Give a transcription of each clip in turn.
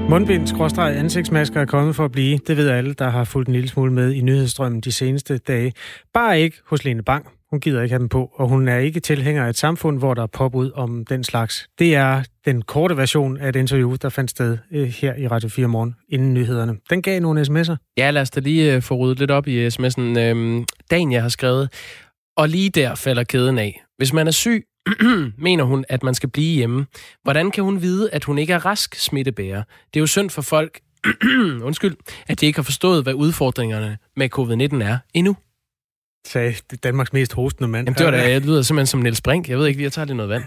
Mundbind/ansigtsmasker er kommet for at blive. Det ved alle, der har fulgt en lille smule med i nyhedsstrømmen de seneste dage. Bare ikke hos Lene Bang. Hun gider ikke have dem på, og hun er ikke tilhænger af et samfund, hvor der er påbud om den slags. Det er den korte version af et interview, der fandt sted her i Radio 4 Morgen inden nyhederne. Den gav nogle sms'er. Ja, lad os da lige få ryddet lidt op i sms'en. Dania har skrevet, og lige der falder kæden af. Hvis man er syg, mener hun, at man skal blive hjemme. Hvordan kan hun vide, at hun ikke er rask smittebærer? Det er jo synd for folk, at de ikke har forstået, hvad udfordringerne med covid-19 er endnu. Sagde Danmarks mest hostende mand. Jamen, det lyder simpelthen som Niels Brink. Jeg ved ikke, jeg tager lige noget vand.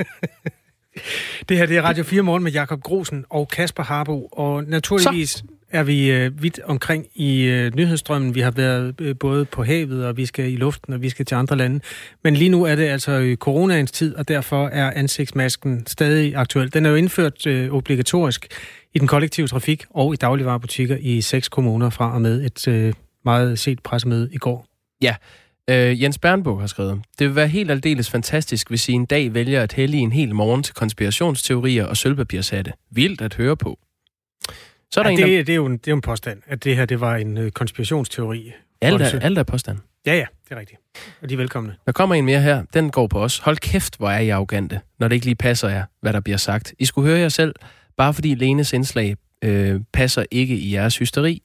Det her det er Radio 4 Morgen med Jakob Grosen og Kasper Harbo. Og naturligvis er vi vidt omkring i nyhedsstrømmen. Vi har været både på havet, og vi skal i luften, og vi skal til andre lande. Men lige nu er det altså coronaens tid, og derfor er ansigtsmasken stadig aktuel. Den er jo indført obligatorisk i den kollektive trafik og i dagligvarebutikker i 6 kommuner fra og med et meget set pressemøde i går. Ja, Jens Bernburg har skrevet, det vil være helt aldeles fantastisk, hvis I en dag vælger at hellige en hel morgen til konspirationsteorier og sølvpapirshatte. Vildt at høre på. Så er der det er jo en påstand, at det her det var en konspirationsteori. Alt er påstand. Ja, det er rigtigt. Og de er velkomne. Der kommer en mere her. Den går på os. Hold kæft, hvor er I arrogante, når det ikke lige passer jer, hvad der bliver sagt. I skulle høre jer selv, bare fordi Lenes indslag passer ikke i jeres hysteri.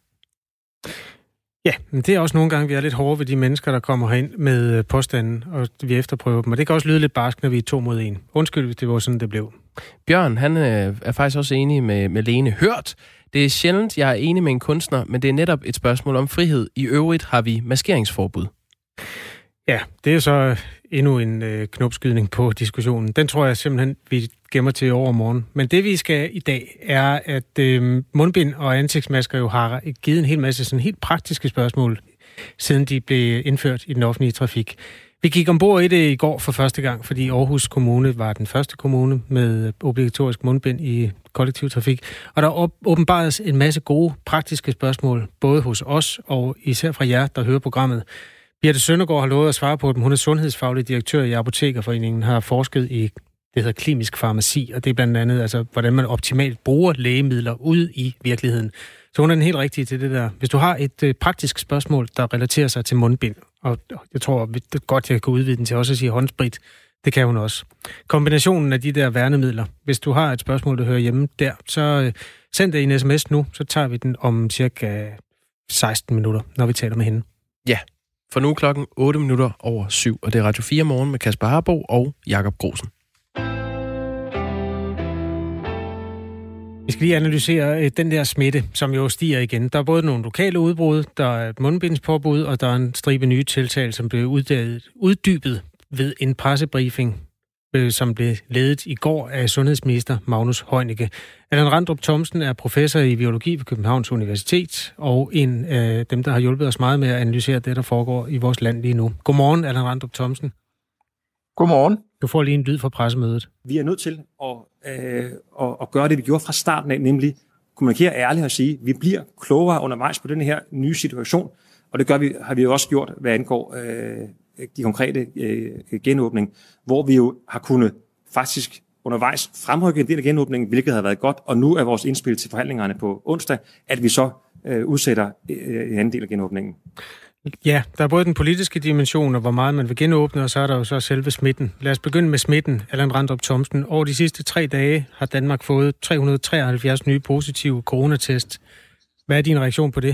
Ja, men det er også nogle gange, vi er lidt hårde ved de mennesker, der kommer herind med påstanden, og vi efterprøver dem. Og det kan også lyde lidt barsk, når vi er 2 mod 1. Undskyld, hvis det var sådan, det blev. Bjørn, han er faktisk også enig med Lene. Hørt! Det er sjældent, jeg er enig med en kunstner, men det er netop et spørgsmål om frihed. I øvrigt har vi maskeringsforbud. Ja, det er så endnu en knopskydning på diskussionen. Den tror jeg simpelthen, vi gemmer til overmorgen. Men det, vi skal i dag, er, at mundbind og ansigtsmasker jo har givet en hel masse sådan helt praktiske spørgsmål, siden de blev indført i den offentlige trafik. Vi gik ombord i det i går for første gang, fordi Aarhus Kommune var den første kommune med obligatorisk mundbind i kollektiv trafik. Og der åbenbaredes en masse gode, praktiske spørgsmål, både hos os og især fra jer, der hører programmet. Birte Søndergaard har lovet at svare på dem. Hun er sundhedsfaglig direktør i Apotekerforeningen, har forsket i det hedder klinisk farmaci, og det er blandt andet, altså, hvordan man optimalt bruger lægemidler ude i virkeligheden. Så hun er den helt rigtige til det der. Hvis du har et praktisk spørgsmål, der relaterer sig til mundbind, og jeg tror det godt, jeg kan udvide den til også at sige håndsprit, det kan hun også. Kombinationen af de der værnemidler, hvis du har et spørgsmål, der hører hjemme der, så send det en sms nu, så tager vi den om cirka 16 minutter, når vi taler med hende. Ja, for nu er klokken 7:08, og det er Radio 4 Morgen med Kasper Harbo og Jakob Grosen. Vi skal lige analysere den der smitte, som jo stiger igen. Der er både nogle lokale udbrud, der er et mundbindspåbud, og der er en stribe nye tiltag, som blev uddybet ved en pressebriefing, som blev ledet i går af sundhedsminister Magnus Heunicke. Allan Randrup Thomsen er professor i biologi ved Københavns Universitet, og en af dem, der har hjulpet os meget med at analysere det, der foregår i vores land lige nu. Godmorgen, Allan Randrup Thomsen. Godmorgen. Du får lige en lyd fra pressemødet. Vi er nødt til at gøre det, vi gjorde fra starten af, nemlig kommunikere ærligt og sige, at vi bliver klogere undervejs på den her nye situation, og det har vi jo også gjort, hvad angår de konkrete genåbning, hvor vi jo har kunnet faktisk undervejs fremrykke en del af genåbningen, hvilket har været godt, og nu er vores indspil til forhandlingerne på onsdag, at vi så udsætter en anden del af genåbningen. Ja, der er både den politiske dimension, og hvor meget man vil genåbne, og så er der jo så selve smitten. Lad os begynde med smitten, Allan Randrup Thomsen. Over de sidste 3 dage har Danmark fået 373 nye positive coronatest. Hvad er din reaktion på det?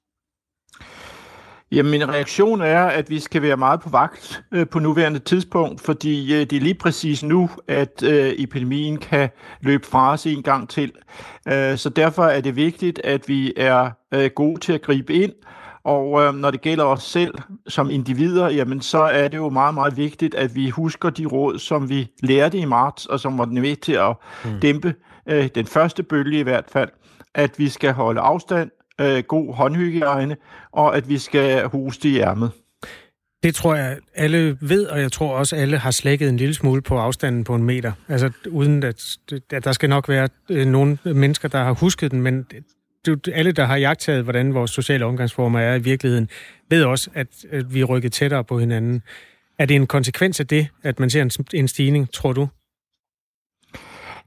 Jamen, min reaktion er, at vi skal være meget på vagt på nuværende tidspunkt, fordi det er lige præcis nu, at epidemien kan løbe fra os en gang til. Så derfor er det vigtigt, at vi er gode til at gribe ind. Og når det gælder os selv som individer, jamen så er det jo meget, meget vigtigt, at vi husker de råd, som vi lærte i marts, og som var med til at dæmpe den første bølge i hvert fald, at vi skal holde afstand, god håndhygiejne, og at vi skal hoste i ærmet. Det tror jeg, alle ved, og jeg tror også, alle har slækket en lille smule på afstanden på 1 meter. Altså uden at der skal nok være nogle mennesker, der har husket den, men alle, der har jagttaget, hvordan vores sociale omgangsformer er i virkeligheden, ved også, at vi er rykket tættere på hinanden. Er det en konsekvens af det, at man ser en stigning, tror du?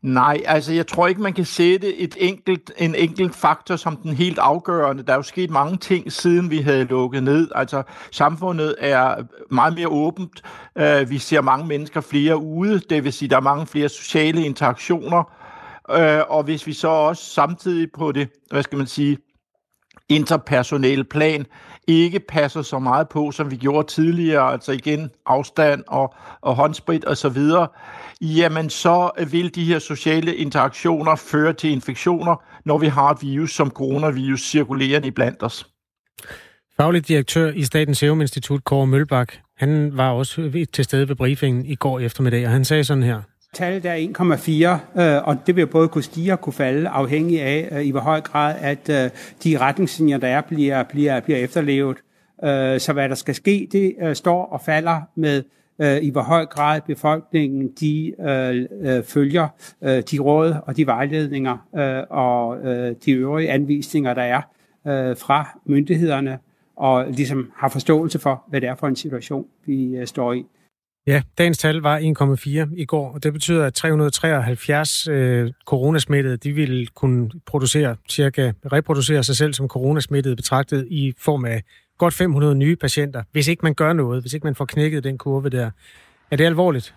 Nej, altså jeg tror ikke, man kan sætte en enkelt faktor som den helt afgørende. Der er jo sket mange ting, siden vi havde lukket ned. Altså samfundet er meget mere åbent. Vi ser mange mennesker flere ude. Det vil sige, der er mange flere sociale interaktioner. Og hvis vi så også samtidig på det, interpersonelle plan ikke passer så meget på, som vi gjorde tidligere, altså igen afstand og håndsprit og så videre, jamen så vil de her sociale interaktioner føre til infektioner, når vi har et virus som coronavirus cirkulerende iblandt os. Faglig direktør i Statens Serum Institut, Kåre Mølbak, han var også til stede ved briefingen i går eftermiddag, og han sagde sådan her. Tallet er 1,4, og det vil både kunne stige og kunne falde, afhængig af i hvor høj grad, at de retningslinjer, der er, bliver efterlevet. Så hvad der skal ske, det står og falder med, i hvor høj grad befolkningen de følger de råd og de vejledninger og de øvrige anvisninger, der er fra myndighederne, og ligesom har forståelse for, hvad det er for en situation, vi står i. Ja, dagens tal var 1,4 i går, og det betyder, at 373 coronasmittede, de ville kunne reproducere sig selv som coronasmittede betragtet i form af godt 500 nye patienter, hvis ikke man gør noget, hvis ikke man får knækket den kurve der. Er det alvorligt?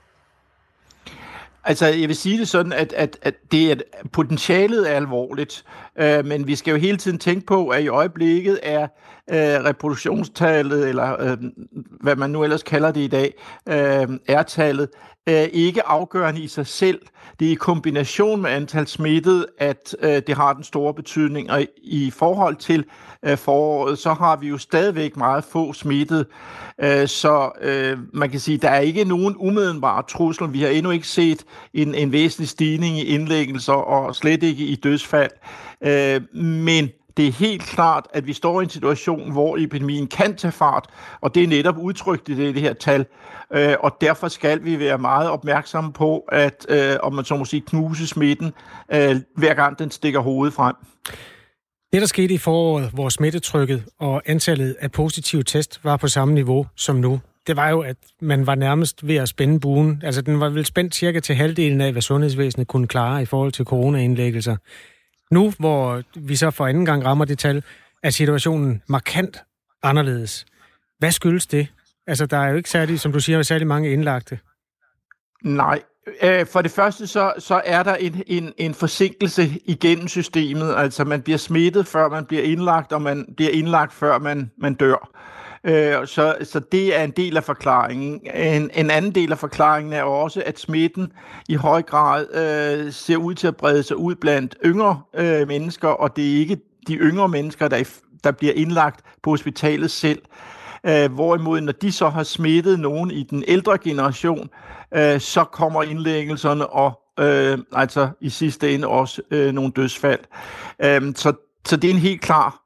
Altså, jeg vil sige det sådan, at potentialet er alvorligt, men vi skal jo hele tiden tænke på, at i øjeblikket er reproduktionstallet, eller hvad man nu ellers kalder det i dag, R-tallet, ikke afgørende i sig selv. Det er i kombination med antal smittede, at det har den store betydning. Og i forhold til foråret, så har vi jo stadigvæk meget få smittede. Så man kan sige, at der er ikke nogen umiddelbar trussel. Vi har endnu ikke set en væsentlig stigning i indlæggelser og slet ikke i dødsfald. Men det er helt klart, at vi står i en situation, hvor epidemien kan tage fart, og det er netop udtrykt i det her tal. Og derfor skal vi være meget opmærksomme på, at om man så må sige, knuse smitten, hver gang den stikker hovedet frem. Det, der skete i foråret, hvor smittetrykket og antallet af positive test var på samme niveau som nu, det var jo, at man var nærmest ved at spænde buen. Altså, den var vel spændt cirka til halvdelen af, hvad sundhedsvæsenet kunne klare i forhold til coronaindlæggelser. Nu, hvor vi så for anden gang rammer det tal, er situationen markant anderledes. Hvad skyldes det? Altså, der er jo ikke særlig, som du siger, særlig mange indlagte. Nej. For det første, så er der en forsinkelse igennem systemet. Altså, man bliver smittet, før man bliver indlagt, og man bliver indlagt, før man dør. Så det er en del af forklaringen. En anden del af forklaringen er også, at smitten i høj grad ser ud til at brede sig ud blandt yngre mennesker, og det er ikke de yngre mennesker, der bliver indlagt på hospitalet selv. Hvorimod, når de så har smittet nogen i den ældre generation, så kommer indlæggelserne og altså i sidste ende også nogle dødsfald. Så det er en helt klar,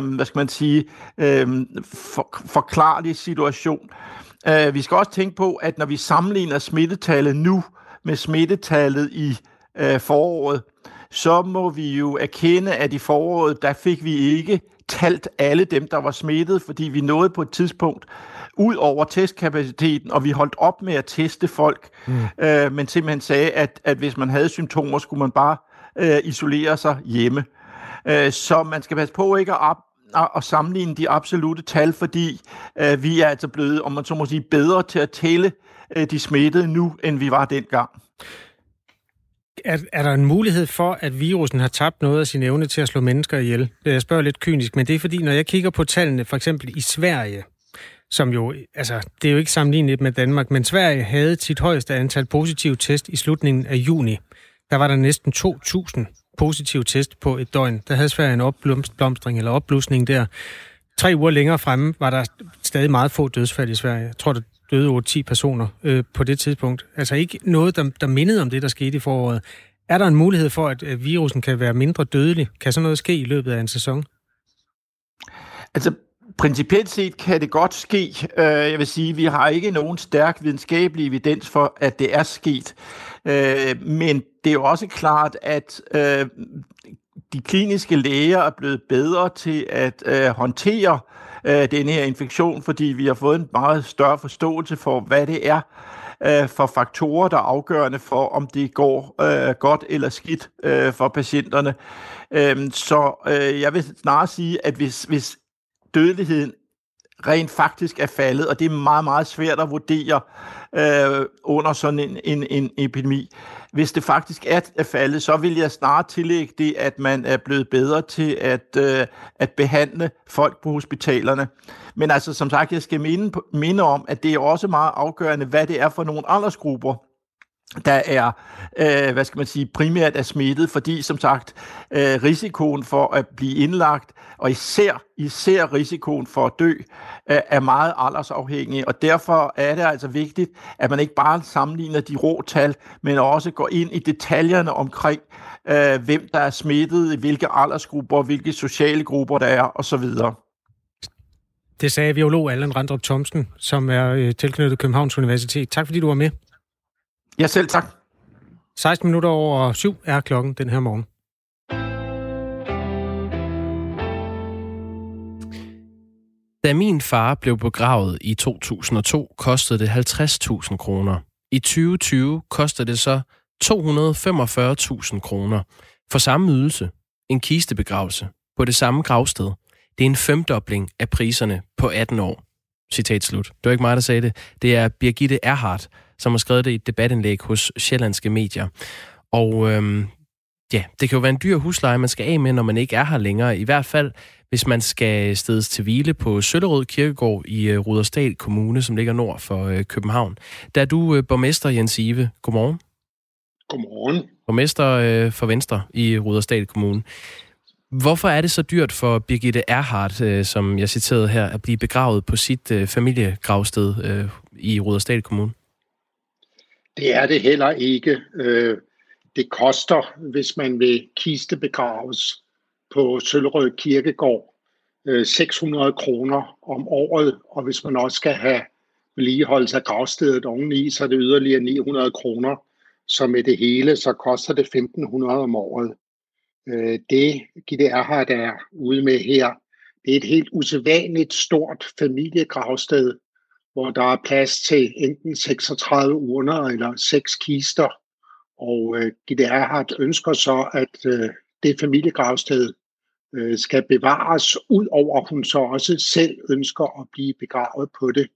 forklarlig situation. Vi skal også tænke på, at når vi sammenligner smittetallet nu med smittetallet i foråret, så må vi jo erkende, at i foråret, der fik vi ikke talt alle dem, der var smittet, fordi vi nåede på et tidspunkt ud over testkapaciteten, og vi holdt op med at teste folk, men simpelthen sagde, at hvis man havde symptomer, skulle man bare isolere sig hjemme. Så man skal passe på ikke at sammenligne de absolute tal, fordi vi er altså blevet, om man så må sige, bedre til at tælle de smittede nu, end vi var dengang. Er der en mulighed for, at virusen har tabt noget af sin evne til at slå mennesker ihjel? Jeg spørger lidt kynisk, men det er fordi, når jeg kigger på tallene, for eksempel i Sverige, som jo, altså, det er jo ikke sammenlignet med Danmark, men Sverige havde sit højeste antal positive test i slutningen af juni. Der var der næsten 2.000 positive test på et døgn. Der havde Sverige en opblomstring eller opblusning der. 3 uger længere fremme var der stadig meget få dødsfald i Sverige. Jeg tror, der døde over 10 personer på det tidspunkt. Altså ikke noget, der mindede om det, der skete i foråret. Er der en mulighed for, at virusen kan være mindre dødelig? Kan sådan noget ske i løbet af en sæson? Altså, principielt set kan det godt ske. Jeg vil sige, vi har ikke nogen stærk videnskabelig evidens for, at det er sket. Men det er jo også klart, at de kliniske læger er blevet bedre til at håndtere denne her infektion, fordi vi har fået en meget større forståelse for, hvad det er. for faktorer, der er afgørende for, om det går godt eller skidt for patienterne. Så jeg vil snarere sige, at hvis dødeligheden rent faktisk er faldet, og det er meget, meget svært at vurdere under sådan en epidemi. Hvis det faktisk er faldet, så vil jeg snart tillægge det, at man er blevet bedre til at behandle folk på hospitalerne. Men altså, som sagt, jeg skal minde om, at det er også meget afgørende, hvad det er for nogle aldersgrupper, der er, primært er smittet, fordi som sagt, risikoen for at blive indlagt, og især risikoen for at dø, er meget aldersafhængig, og derfor er det altså vigtigt, at man ikke bare sammenligner de rå tal, men også går ind i detaljerne omkring, hvem der er smittet, i hvilke aldersgrupper, hvilke sociale grupper der er, osv. Det sagde virolog Allan Randrup Thomsen, som er tilknyttet Københavns Universitet. Tak fordi du var med. Ja, selv tak. 16 minutter over 7 er klokken den her morgen. Da min far blev begravet i 2002, kostede det 50.000 kroner. I 2020 koster det så 245.000 kroner for samme ydelse, en kistebegravelse på det samme gravsted. Det er en femdobling af priserne på 18 år. Citat slut. Det var ikke mig, der sagde det. Det er Birgitte Erhardt, som har skrevet det i et debatindlæg hos Sjællandske Medier. Og det kan jo være en dyr husleje, man skal af med, når man ikke er her længere. I hvert fald, hvis man skal stedes til hvile på Søllerød Kirkegård i Rudersdal Kommune, som ligger nord for København. Der er du borgmester, Jens Ive. Godmorgen. Godmorgen. Borgmester for Venstre i Rudersdal Kommune. Hvorfor er det så dyrt for Birgitte Erhardt, som jeg citerede her, at blive begravet på sit familiegravsted i Rudersdal Kommune? Det er det heller ikke. Det koster, hvis man vil kistebegraves på Søllerød Kirkegård, 600 kroner om året, og hvis man også skal have vedligeholdelse af gravstedet oveni, så er det yderligere 900 kroner. Så med det hele, så koster det 1.500 om året. Det Gitte Erhardt er ude med her, det er et helt usædvanligt stort familiegravsted, hvor der er plads til enten 36 urner eller 6 kister. Og Gitte Erhardt ønsker så, at det familiegravsted skal bevares, udover hun så også selv ønsker at blive begravet på det.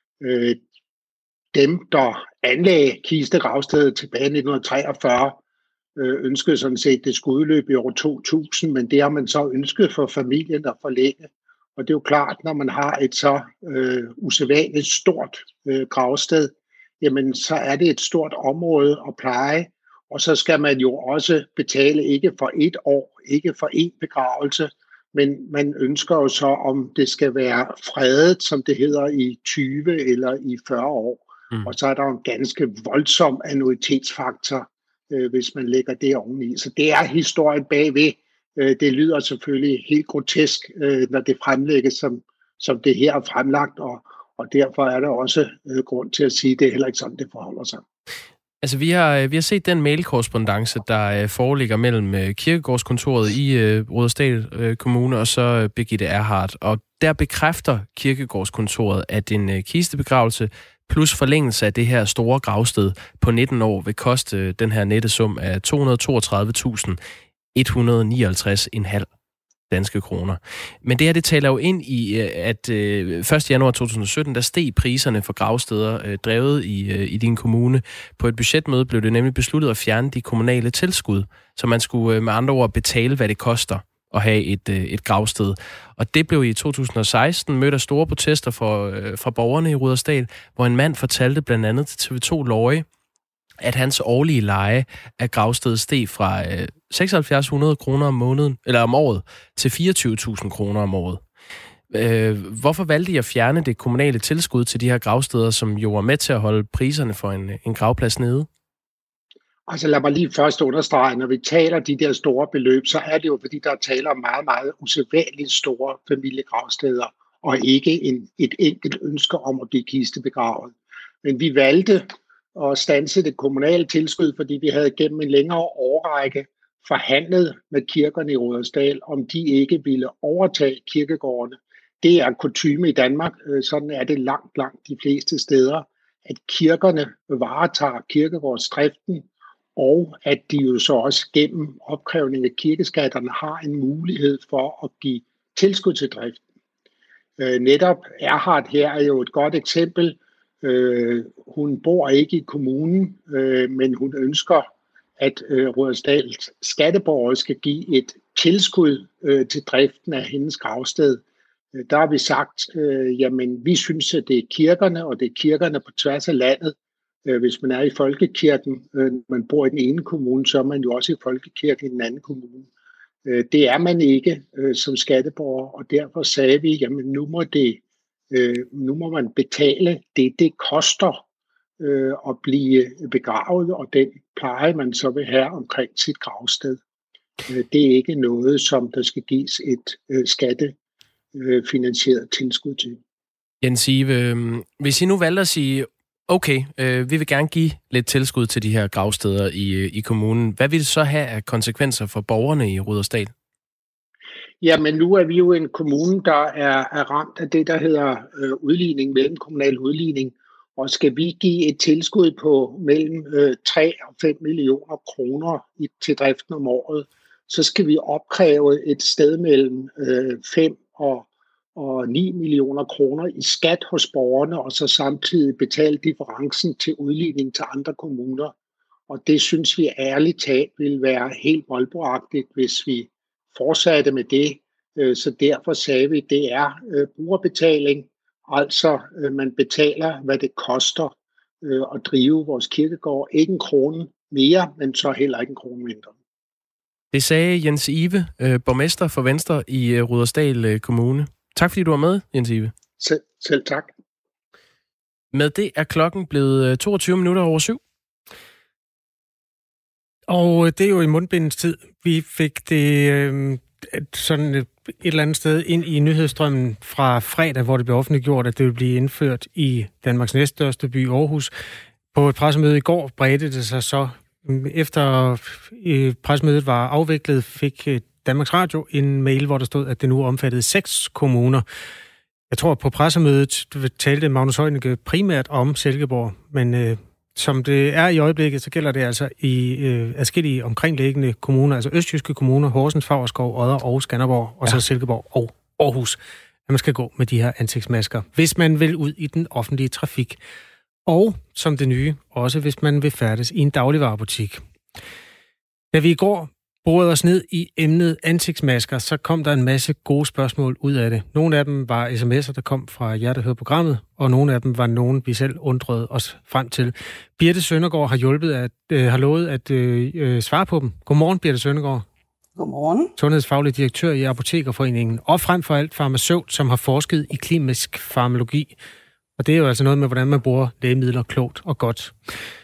Dem, der anlagde kistegravstedet tilbage i 1943, ønskede sådan set, at det skulle udløbe i år 2000, men det har man så ønsket for familien at forlænge. Og det er jo klart, når man har et så usædvanligt stort gravsted, jamen så er det et stort område at pleje, og så skal man jo også betale ikke for 1 år, ikke for 1 begravelse, men man ønsker jo så, om det skal være fredet, som det hedder, i 20 eller i 40 år. Og så er der jo en ganske voldsom annuitetsfaktor, hvis man lægger det oveni. Så det er historien bagved. Det lyder selvfølgelig helt grotesk, når det fremlægges, som det her er fremlagt, og derfor er der også grund til at sige, at det er heller ikke sådan, det forholder sig. Altså, vi har set den mailkorrespondance, der foreligger mellem Kirkegårdskontoret i Rudersdal Kommune og så Birgitte Erhardt, og der bekræfter Kirkegårdskontoret, at en kistebegravelse plus forlængelse af det her store gravsted på 19 år vil koste den her nette sum af 232.159,5 danske kroner. Men det her, det taler jo ind i, at 1. januar 2017, der steg priserne for gravsteder drevet i din kommune. På et budgetmøde blev det nemlig besluttet at fjerne de kommunale tilskud, så man skulle med andre ord betale, hvad det koster at have et gravsted. Og det blev i 2016 mødt af store protester fra borgerne i Rudersdal, hvor en mand fortalte blandt andet til TV2 Løje, at hans årlige leje af gravstedet steg fra 7.600 kroner om måneden, eller om året, til 24.000 kroner om året. Hvorfor valgte I at fjerne det kommunale tilskud til de her gravsteder, som jo var med til at holde priserne for en gravplads nede? Altså lad mig lige først understrege, når vi taler de der store beløb, så er det jo fordi, der taler om meget, meget usædvanligt store familiegravsteder, og ikke et enkelt ønske om at blive kistebegravet. Men vi valgte at standse det kommunale tilskud, fordi vi havde gennem en længere årrække forhandlet med kirkerne i Rudersdal, om de ikke ville overtage kirkegårdene. Det er kutyme i Danmark, sådan er det langt de fleste steder. at kirkerne varetager kirkegårdsdriften, og at de jo så også gennem opkrævning af kirkeskatterne har en mulighed for at give tilskud til driften. Netop Erhard her er jo et godt eksempel. Hun bor ikke i kommunen, men hun ønsker, at Rudersdals skatteborgere skal give et tilskud til driften af hendes gravsted. Der har vi sagt, jamen vi synes, at det er kirkerne, og det er kirkerne på tværs af landet. Hvis man er i folkekirken, man bor i den ene kommune, så er man jo også i folkekirken i den anden kommune. Det er man ikke som skatteborger, og derfor sagde vi, jamen nu må man betale det koster at blive begravet, og den pleje, man så vil have omkring sit gravsted. Det er ikke noget, som der skal gives et skattefinansieret tilskud til. Jens Ive, hvis I nu valgte at sige, okay, vi vil gerne give lidt tilskud til de her gravsteder i kommunen, hvad vil det så have af konsekvenser for borgerne i Rudersdal? Jamen nu er vi jo en kommune, der er ramt af det, der hedder udligning, mellemkommunal udligning, og skal vi give et tilskud på mellem 3 og 5 millioner kroner til driften om året, så skal vi opkræve et sted mellem 5 og 9 millioner kroner i skat hos borgerne, og så samtidig betale differencen til udligning til andre kommuner. Og det synes vi ærligt talt vil være helt voldboragtigt, hvis vi fortsatte med det. Så derfor sagde vi, at det er brugerbetaling. Altså man betaler, hvad det koster at drive vores kirkegård. Ikke en krone mere, men så heller ikke en krone mindre. Det sagde Jens Ive, borgmester for Venstre i Rudersdal Kommune. Tak fordi du var med, Jens Ive. Selv tak. Med det er klokken blevet 22 minutter over 7. Og det er jo i mundbindens tid. Vi fik det sådan et eller andet sted ind i nyhedsstrømmen fra fredag, hvor det blev offentliggjort, at det vil blive indført i Danmarks næststørste by, Aarhus. På et pressemøde i går bredte det sig så. Efter pressemødet var afviklet, fik Danmarks Radio en mail, hvor der stod, at det nu omfattede 6 kommuner. Jeg tror, på pressemødet talte Magnus Heunicke primært om Silkeborg, men som det er i øjeblikket, så gælder det altså i adskillige omkringliggende kommuner, altså østjyske kommuner, Horsens, Favrskov, Odder og Skanderborg, og så Silkeborg og Aarhus, at man skal gå med de her ansigtsmasker, hvis man vil ud i den offentlige trafik. Og som det nye, også hvis man vil færdes i en dagligvarebutik. Da vi i går borede os ned i emnet ansigtsmasker, så kom der en masse gode spørgsmål ud af det. Nogle af dem var sms'er, der kom fra jer, der hører programmet, og nogle af dem var nogen, vi selv undrede os frem til. Birte Søndergaard har lovet at svare på dem. Godmorgen, Birte Søndergaard. Godmorgen. Sundhedsfaglig direktør i Apotekerforeningen, og frem for alt farmaceut, som har forsket i klinisk farmakologi. Og det er jo altså noget med, hvordan man bruger lægemidler klogt og godt.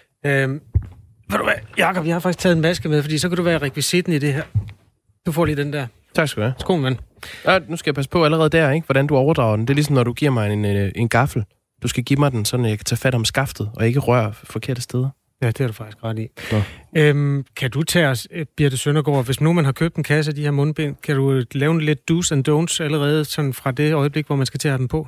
Ved du hvad, Jakob, jeg har faktisk taget en maske med, fordi så kan du være rekvisitten i det her. Du får lige den der. Tak skal du have. Skål, mand. Ja, nu skal jeg passe på allerede der, ikke? Hvordan du overdrager den. Det er ligesom, når du giver mig en gaffel. Du skal give mig den, så jeg kan tage fat om skaftet, og ikke røre forkerte steder. Ja, det er du faktisk ret i. Kan du tage os, Birte Søndergaard, hvis nu man har købt en kasse af de her mundbind, kan du lave lidt do's and don'ts allerede sådan fra det øjeblik, hvor man skal til at have dem på?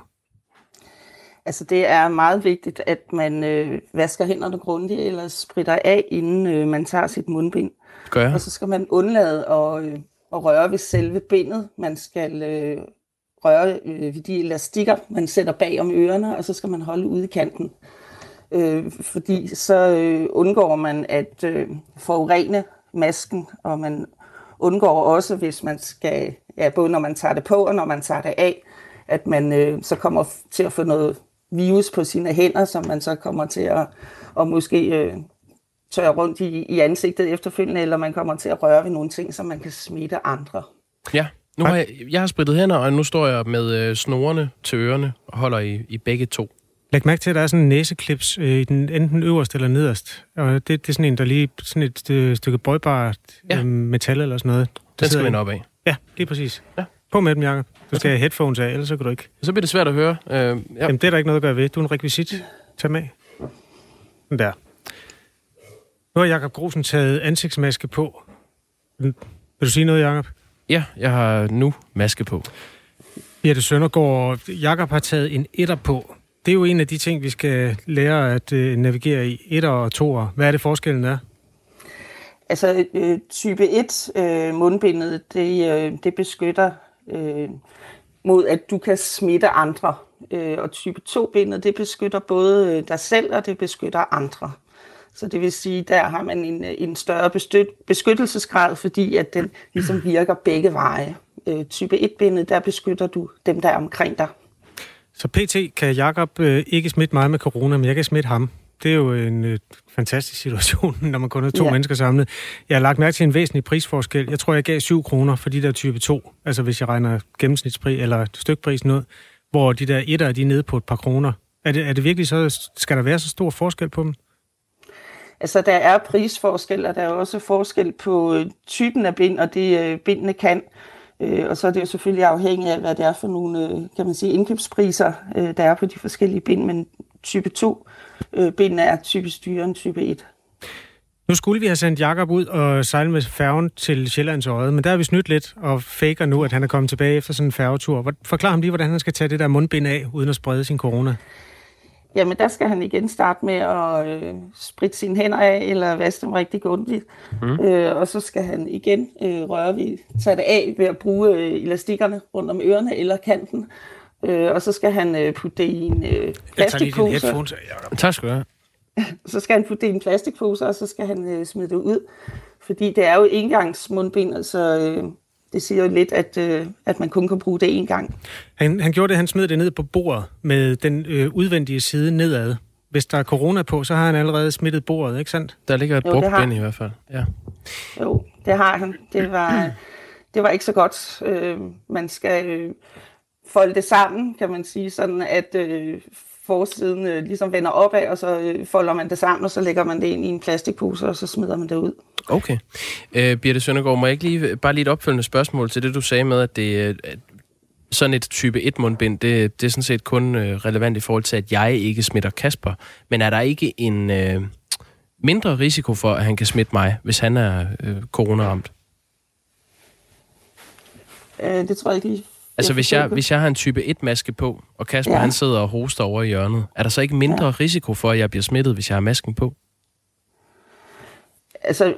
Altså det er meget vigtigt, at man vasker hænderne grundigt eller spritter af, inden man tager sit mundbind. Gør jeg. Og så skal man undlade at røre ved selve bindet. Man skal røre ved de elastikker, man sætter bag om ørerne, og så skal man holde ude i kanten. Fordi så undgår man at forurene masken, og man undgår også, hvis man skal, både når man tager det på og når man tager det af, at man så kommer til at få noget virus på sine hænder, som man så kommer til at måske tørre rundt i ansigtet efterfølgende, eller man kommer til at røre ved nogle ting, som man kan smitte andre. Ja, nu har jeg har sprittet hænder, og nu står jeg med snorene til ørerne og holder i begge to. Læg mærke til, at der er sådan en næseklips i den enten øverst eller nederst. Og det er sådan en, der lige sådan et stykke bøjbart metal eller sådan noget. Den skal vi op af. Ja, lige præcis. Ja. På med dem, Jacob. Du skal have headphones af, ellers så kan du ikke. Så bliver det svært at høre. Jamen, det er der ikke noget at gøre ved. Du er en rekvisit. Tag med. Den der. Nu har Jacob Grosen taget ansigtsmaske på. Vil du sige noget, Jacob? Ja, jeg har nu maske på. Birte Søndergaard, Jacob har taget en etter på. Det er jo en af de ting, vi skal lære at navigere i. 1'er og 2'er. Hvad er det forskellen er? Altså, type 1 mundbindet, det beskytter mod, at du kan smitte andre. Og type 2-bindet, det beskytter både dig selv, og det beskytter andre. Så det vil sige, der har man en større beskyttelsesgrad, fordi at den ligesom virker begge veje. Type 1-bindet, der beskytter du dem, der er omkring dig. Så PT kan Jakob ikke smitte mig med corona, men jeg kan smitte ham. Det er jo en fantastisk situation, når man kun er 2 mennesker samlet. Jeg har lagt mærke til en væsentlig prisforskel. Jeg tror, jeg gav 7 kroner for de der type 2. Altså hvis jeg regner gennemsnitspris eller stykpris noget, hvor de der 1'er, de er nede på et par kroner. Er det virkelig så, skal der være så stor forskel på dem? Altså, der er prisforskel, og der er også forskel på typen af bind, og det bindene kan. Og så er det jo selvfølgelig afhængigt af, hvad det er for nogle, kan man sige, indkøbspriser, der er på de forskellige bind. Men type 2 bind er typisk dyrere end type 1. Nu skulle vi have sendt Jakob ud og sejle med færgen til Sjællands Odde, men der har vi snydt lidt og faker nu, at han er kommet tilbage efter sådan en færgetur. Forklar ham lige, hvordan han skal tage det der mundbind af, uden at sprede sin corona. Jamen, der skal han igen starte med at spritte sine hænder af, eller vaske dem rigtig grundigt. Og så skal han igen tage det af ved at bruge elastikkerne rundt om ørerne eller kanten. Og så skal han putte det i en plastikpose. Tak skal du have. Så skal han putte det i en plastikpose, og så skal han smide det ud. Fordi det er jo engangsmundbind, så det siger jo lidt, at man kun kan bruge det én gang. Han gjorde det, han smed det ned på bordet med den udvendige side nedad. Hvis der er corona på, så har han allerede smittet bordet, ikke sandt? Der ligger et brugt bind i hvert fald. Ja. Jo, det har han. Det var ikke så godt. Man skal folde det sammen, kan man sige, sådan at forsiden ligesom vender opad, og så folder man det sammen, og så lægger man det ind i en plastikpose, og så smider man det ud. Okay. Birthe Søndergaard, må jeg ikke bare lige et opfølgende spørgsmål til det, du sagde med, at det sådan et type 1-mundbind, det er sådan set kun relevant i forhold til, at jeg ikke smitter Kasper. Men er der ikke en mindre risiko for, at han kan smitte mig, hvis han er coronaramt? Det tror jeg ikke lige. Altså, hvis jeg har en type 1-maske på, og Kasper han sidder og hoster over i hjørnet, er der så ikke mindre risiko for, at jeg bliver smittet, hvis jeg har masken på? Altså,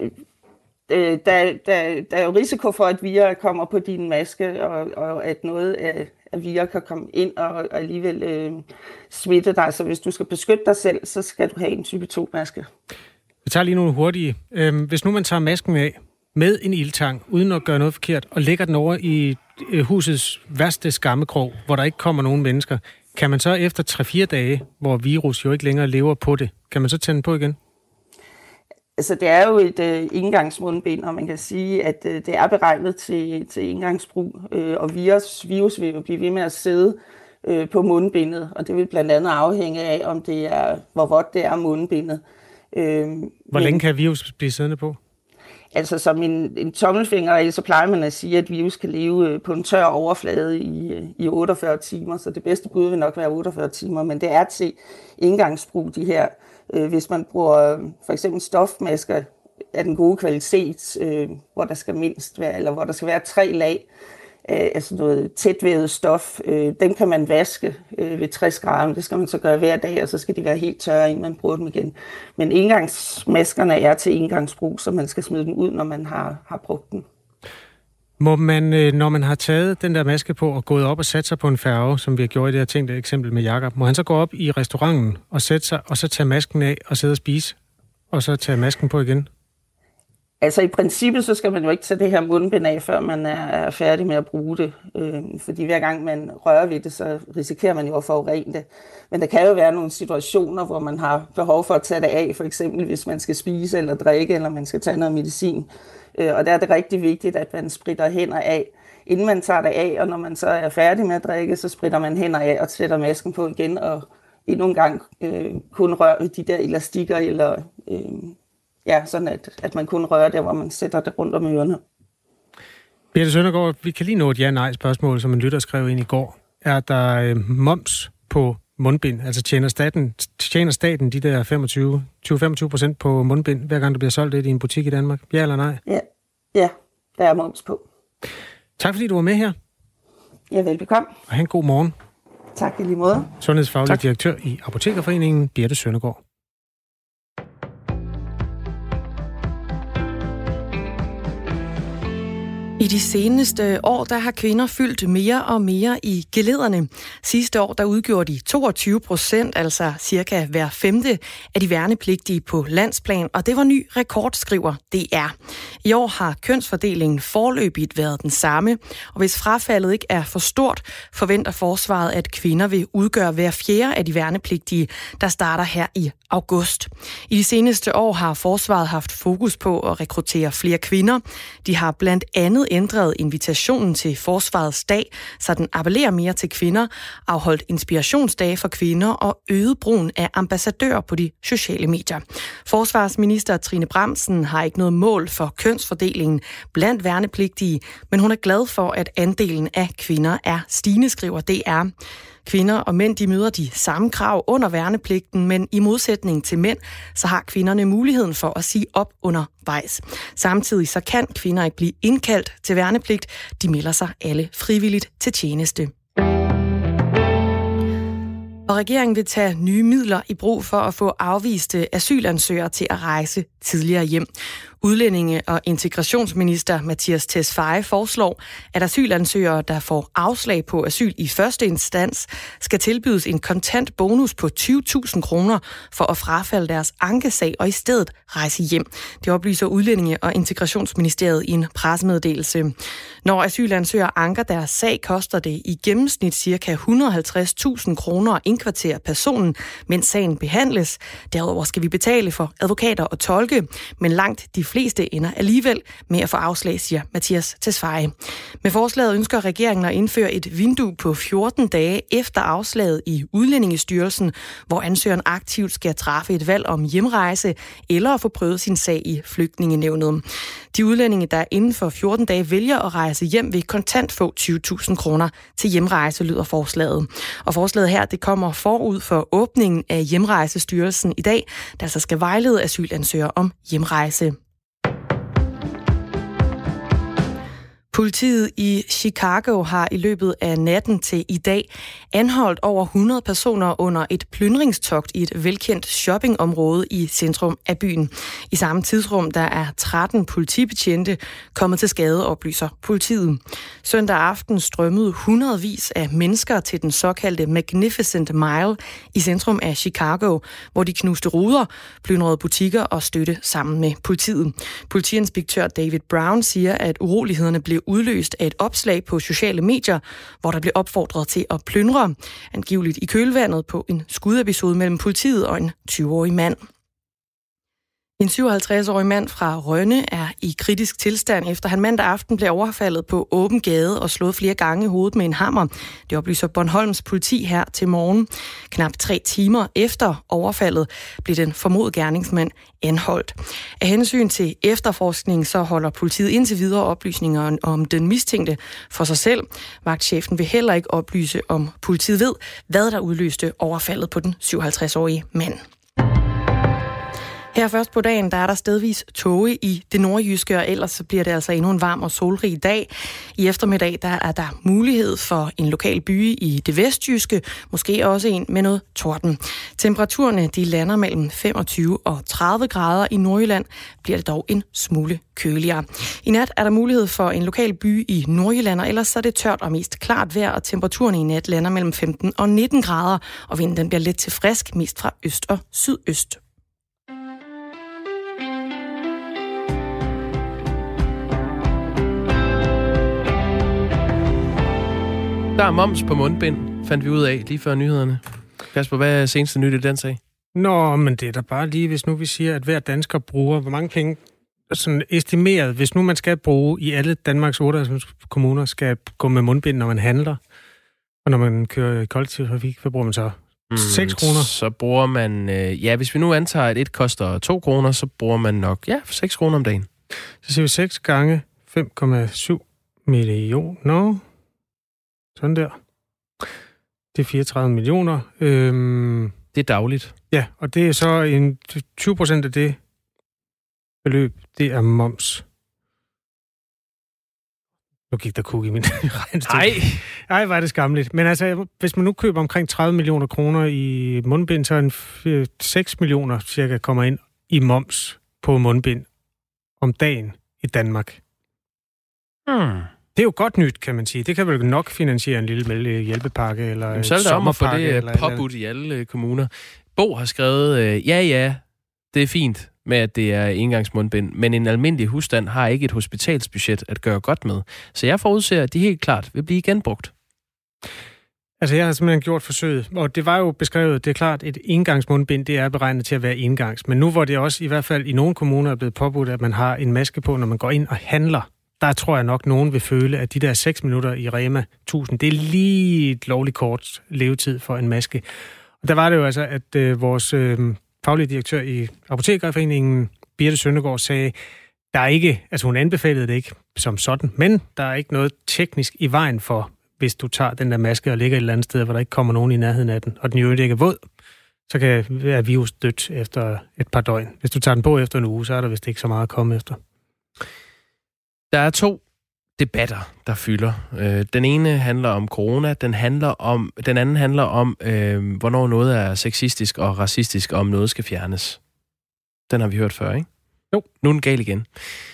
der er jo risiko for, at virer kommer på din maske, og at noget af virer kan komme ind og alligevel smitte dig. Så hvis du skal beskytte dig selv, så skal du have en type 2-maske. Vi tager lige nogle hurtige. Hvis nu man tager masken af med en ildtang, uden at gøre noget forkert, og lægger den over i husets værste skammekrog, hvor der ikke kommer nogen mennesker, kan man så efter 3-4 dage, hvor virus jo ikke længere lever på det, kan man så tænde på igen? Altså, det er jo et engangsmundbind, og man kan sige, at det er beregnet til engangsbrug, og virus vil jo blive ved med at sidde på mundbindet, og det vil blandt andet afhænge af, om det er, hvor vådt det er mundbindet. Hvor længe kan virus blive siddende på? Altså som en tommelfinger, så plejer man at sige, at virus kan leve på en tør overflade i 48 timer, så det bedste bud vil nok være 48 timer, men det er til engangsbrug, de her. Hvis man bruger for eksempel stofmasker af den gode kvalitet, hvor der skal mindst være, eller hvor der skal være 3 lag, altså noget tætvævet stof, dem kan man vaske ved 60 grader, det skal man så gøre hver dag, og så skal de være helt tørre, inden man bruger dem igen. Men engangsmaskerne er til engangsbrug, så man skal smide dem ud, når man har brugt dem. Må man, når man har taget den der maske på og gået op og sat sig på en færge, som vi har gjort i det her tænkte eksempel med Jakob, må han så gå op i restauranten og sætte sig, og så tage masken af og sidde og spise, og så tage masken på igen? Altså i princippet, så skal man jo ikke tage det her mundbind af, før man er færdig med at bruge det. Fordi hver gang man rører ved det, så risikerer man jo at forurene det. Men der kan jo være nogle situationer, hvor man har behov for at tage det af, for eksempel hvis man skal spise eller drikke, eller man skal tage noget medicin. Og der er det rigtig vigtigt, at man spritter hænder af, inden man tager det af, og når man så er færdig med at drikke, så spritter man hænder af og sætter masken på igen, og endnu en gang kun rører ved de der elastikker, eller sådan at man kun rører der, hvor man sætter det rundt om ørerne. Birthe Søndergaard, vi kan lige nå et ja-nej-spørgsmål, som en lytter skrev ind i går. Er der moms på mundbind? Altså tjener staten de der 20-25% på mundbind, hver gang der bliver solgt det i en butik i Danmark? Ja eller nej? Ja, der er moms på. Tak fordi du var med her. Ja, velbekomme. Og have en god morgen. Tak i lige måde. Sundhedsfaglig direktør i Apotekerforeningen, Birte Søndergaard. I de seneste år, der har kvinder fyldt mere og mere i gelederne. Sidste år, der udgjorde de 22%, altså cirka hver femte af de værnepligtige på landsplan, og det var ny rekord, skriver DR. I år har kønsfordelingen foreløbigt været den samme, og hvis frafaldet ikke er for stort, forventer forsvaret, at kvinder vil udgøre hver fjerde af de værnepligtige, der starter her i august. I de seneste år har forsvaret haft fokus på at rekruttere flere kvinder. De har blandt andet ændret invitationen til Forsvarets dag, så den appellerer mere til kvinder, afholdt inspirationsdage for kvinder og øget brugen af ambassadører på de sociale medier. Forsvarsminister Trine Bramsen har ikke noget mål for kønsfordelingen blandt værnepligtige, men hun er glad for, at andelen af kvinder er stigende, skriver DR. Kvinder og mænd, de møder de samme krav under værnepligten, men i modsætning til mænd, så har kvinderne muligheden for at sige op undervejs. Samtidig så kan kvinder ikke blive indkaldt til værnepligt. De melder sig alle frivilligt til tjeneste. Og regeringen vil tage nye midler i brug for at få afviste asylansøgere til at rejse tidligere hjem. Udlændinge- og integrationsminister Mattias Tesfaye foreslår, at asylansøgere, der får afslag på asyl i første instans, skal tilbydes en kontant bonus på 20.000 kroner for at frafalde deres ankesag og i stedet rejse hjem. Det oplyser Udlændinge- og Integrationsministeriet i en pressemeddelelse. Når asylansøgere anker deres sag, koster det i gennemsnit ca. 150.000 kroner at indkvartere personen, mens sagen behandles. Derudover skal vi betale for advokater og tolke, men langt de fleste ender alligevel med at få afslag, siger Mattias Tesfaye. Med forslaget ønsker regeringen at indføre et vindue på 14 dage efter afslaget i Udlændingestyrelsen, hvor ansøgeren aktivt skal træffe et valg om hjemrejse eller at få prøvet sin sag i Flygtningenævnet. De udlændinge, der inden for 14 dage vælger at rejse hjem, vil kontant få 20.000 kroner til hjemrejse, lyder forslaget. Og forslaget her, det kommer forud for åbningen af Hjemrejsestyrelsen i dag, der altså skal vejlede asylansøgere om hjemrejse. Politiet i Chicago har i løbet af natten til i dag anholdt over 100 personer under et plyndringstogt i et velkendt shoppingområde i centrum af byen. I samme tidsrum der er 13 politibetjente kommet til skade, oplyser politiet. Søndag aften strømmede hundredvis af mennesker til den såkaldte Magnificent Mile i centrum af Chicago, hvor de knuste ruder, plyndrede butikker og støtte sammen med politiet. Politiinspektør David Brown siger, at urolighederne blev udløst af et opslag på sociale medier, hvor der blev opfordret til at plyndre, angiveligt i kølvandet på en skudepisode mellem politiet og en 20-årig mand. En 57-årig mand fra Rønne er i kritisk tilstand, efter han mandag aften blev overfaldet på åben gade og slået flere gange i hovedet med en hammer. Det oplyser Bornholms politi her til morgen. Knap 3 timer efter overfaldet blev den formodede gerningsmand anholdt. Af hensyn til efterforskning så holder politiet indtil videre oplysninger om den mistænkte for sig selv. Vagtchefen vil heller ikke oplyse, om politiet ved, hvad der udløste overfaldet på den 57-årige mand. Her først på dagen, der er der stedvis tåge i det nordjyske, og ellers så bliver det altså endnu en varm og solrig dag. I eftermiddag, der er der mulighed for en lokal by i det vestjyske, måske også en med noget torden. Temperaturerne, de lander mellem 25 og 30 grader. I Nordjylland bliver det dog en smule køligere. I nat er der mulighed for en lokal by i Nordjylland, og ellers så er det tørt og mest klart vejr, og temperaturen i nat lander mellem 15 og 19 grader, og vinden den bliver let til frisk, mest fra øst og sydøst. Der er moms på mundbind, fandt vi ud af lige før nyhederne. Kasper, hvad er seneste nyt i den sag? Nå, men det er da bare lige, hvis nu vi siger, at hver dansker bruger, hvor mange penge, sådan estimeret, hvis nu man skal bruge i alle Danmarks 98 kommuner, skal gå med mundbind, når man handler, og når man kører kollektiv trafik, hvad bruger man så? 6 kroner? Så bruger man, hvis vi nu antager, at et koster 2 kroner, så bruger man nok, 6 kroner om dagen. Så siger vi 6 gange 5,7 millioner. Sådan der. Det er 34 millioner. Det er dagligt. Ja, og det er så 20% af det beløb, det er moms. Nu gik der kug i min regnestykke. Ej, var det skamligt. Men altså, hvis man nu køber omkring 30 millioner kroner i mundbind, så er 6 millioner cirka kommer ind i moms på mundbind om dagen i Danmark. Det er jo godt nyt, kan man sige. Det kan vel nok finansiere en lille hjælpepakke eller så er det om at få det påbudt i alle kommuner. Bo har skrevet, ja, det er fint med, at det er engangsmundbind, men en almindelig husstand har ikke et hospitalsbudget at gøre godt med. Så jeg forudser, at de helt klart vil blive genbrugt. Altså, jeg har simpelthen gjort forsøget, og det var jo beskrevet, det er klart, et engangsmundbind, det er beregnet til at være engangs. Men nu hvor det også i hvert fald i nogle kommuner er blevet påbudt, at man har en maske på, når man går ind og handler, der tror jeg nok, nogen vil føle, at de der 6 minutter i Rema 1000, det er lige et lovligt kort levetid for en maske. Og der var det jo altså, at vores faglige direktør i Apotekerforeningen, Birte Søndergaard, sagde, der er ikke, altså hun anbefalede det ikke som sådan, men der er ikke noget teknisk i vejen for, hvis du tager den der maske og ligger et eller andet sted, hvor der ikke kommer nogen i nærheden af den, og den jo ikke er våd, så kan være virus dødt efter et par døgn. Hvis du tager den på efter en uge, så er der vist ikke så meget at komme efter. Der er 2 debatter, der fylder. Den ene handler om corona, den anden handler om, hvornår noget er sexistisk og racistisk, og om noget skal fjernes. Den har vi hørt før, ikke? Jo. Nu er den gal igen.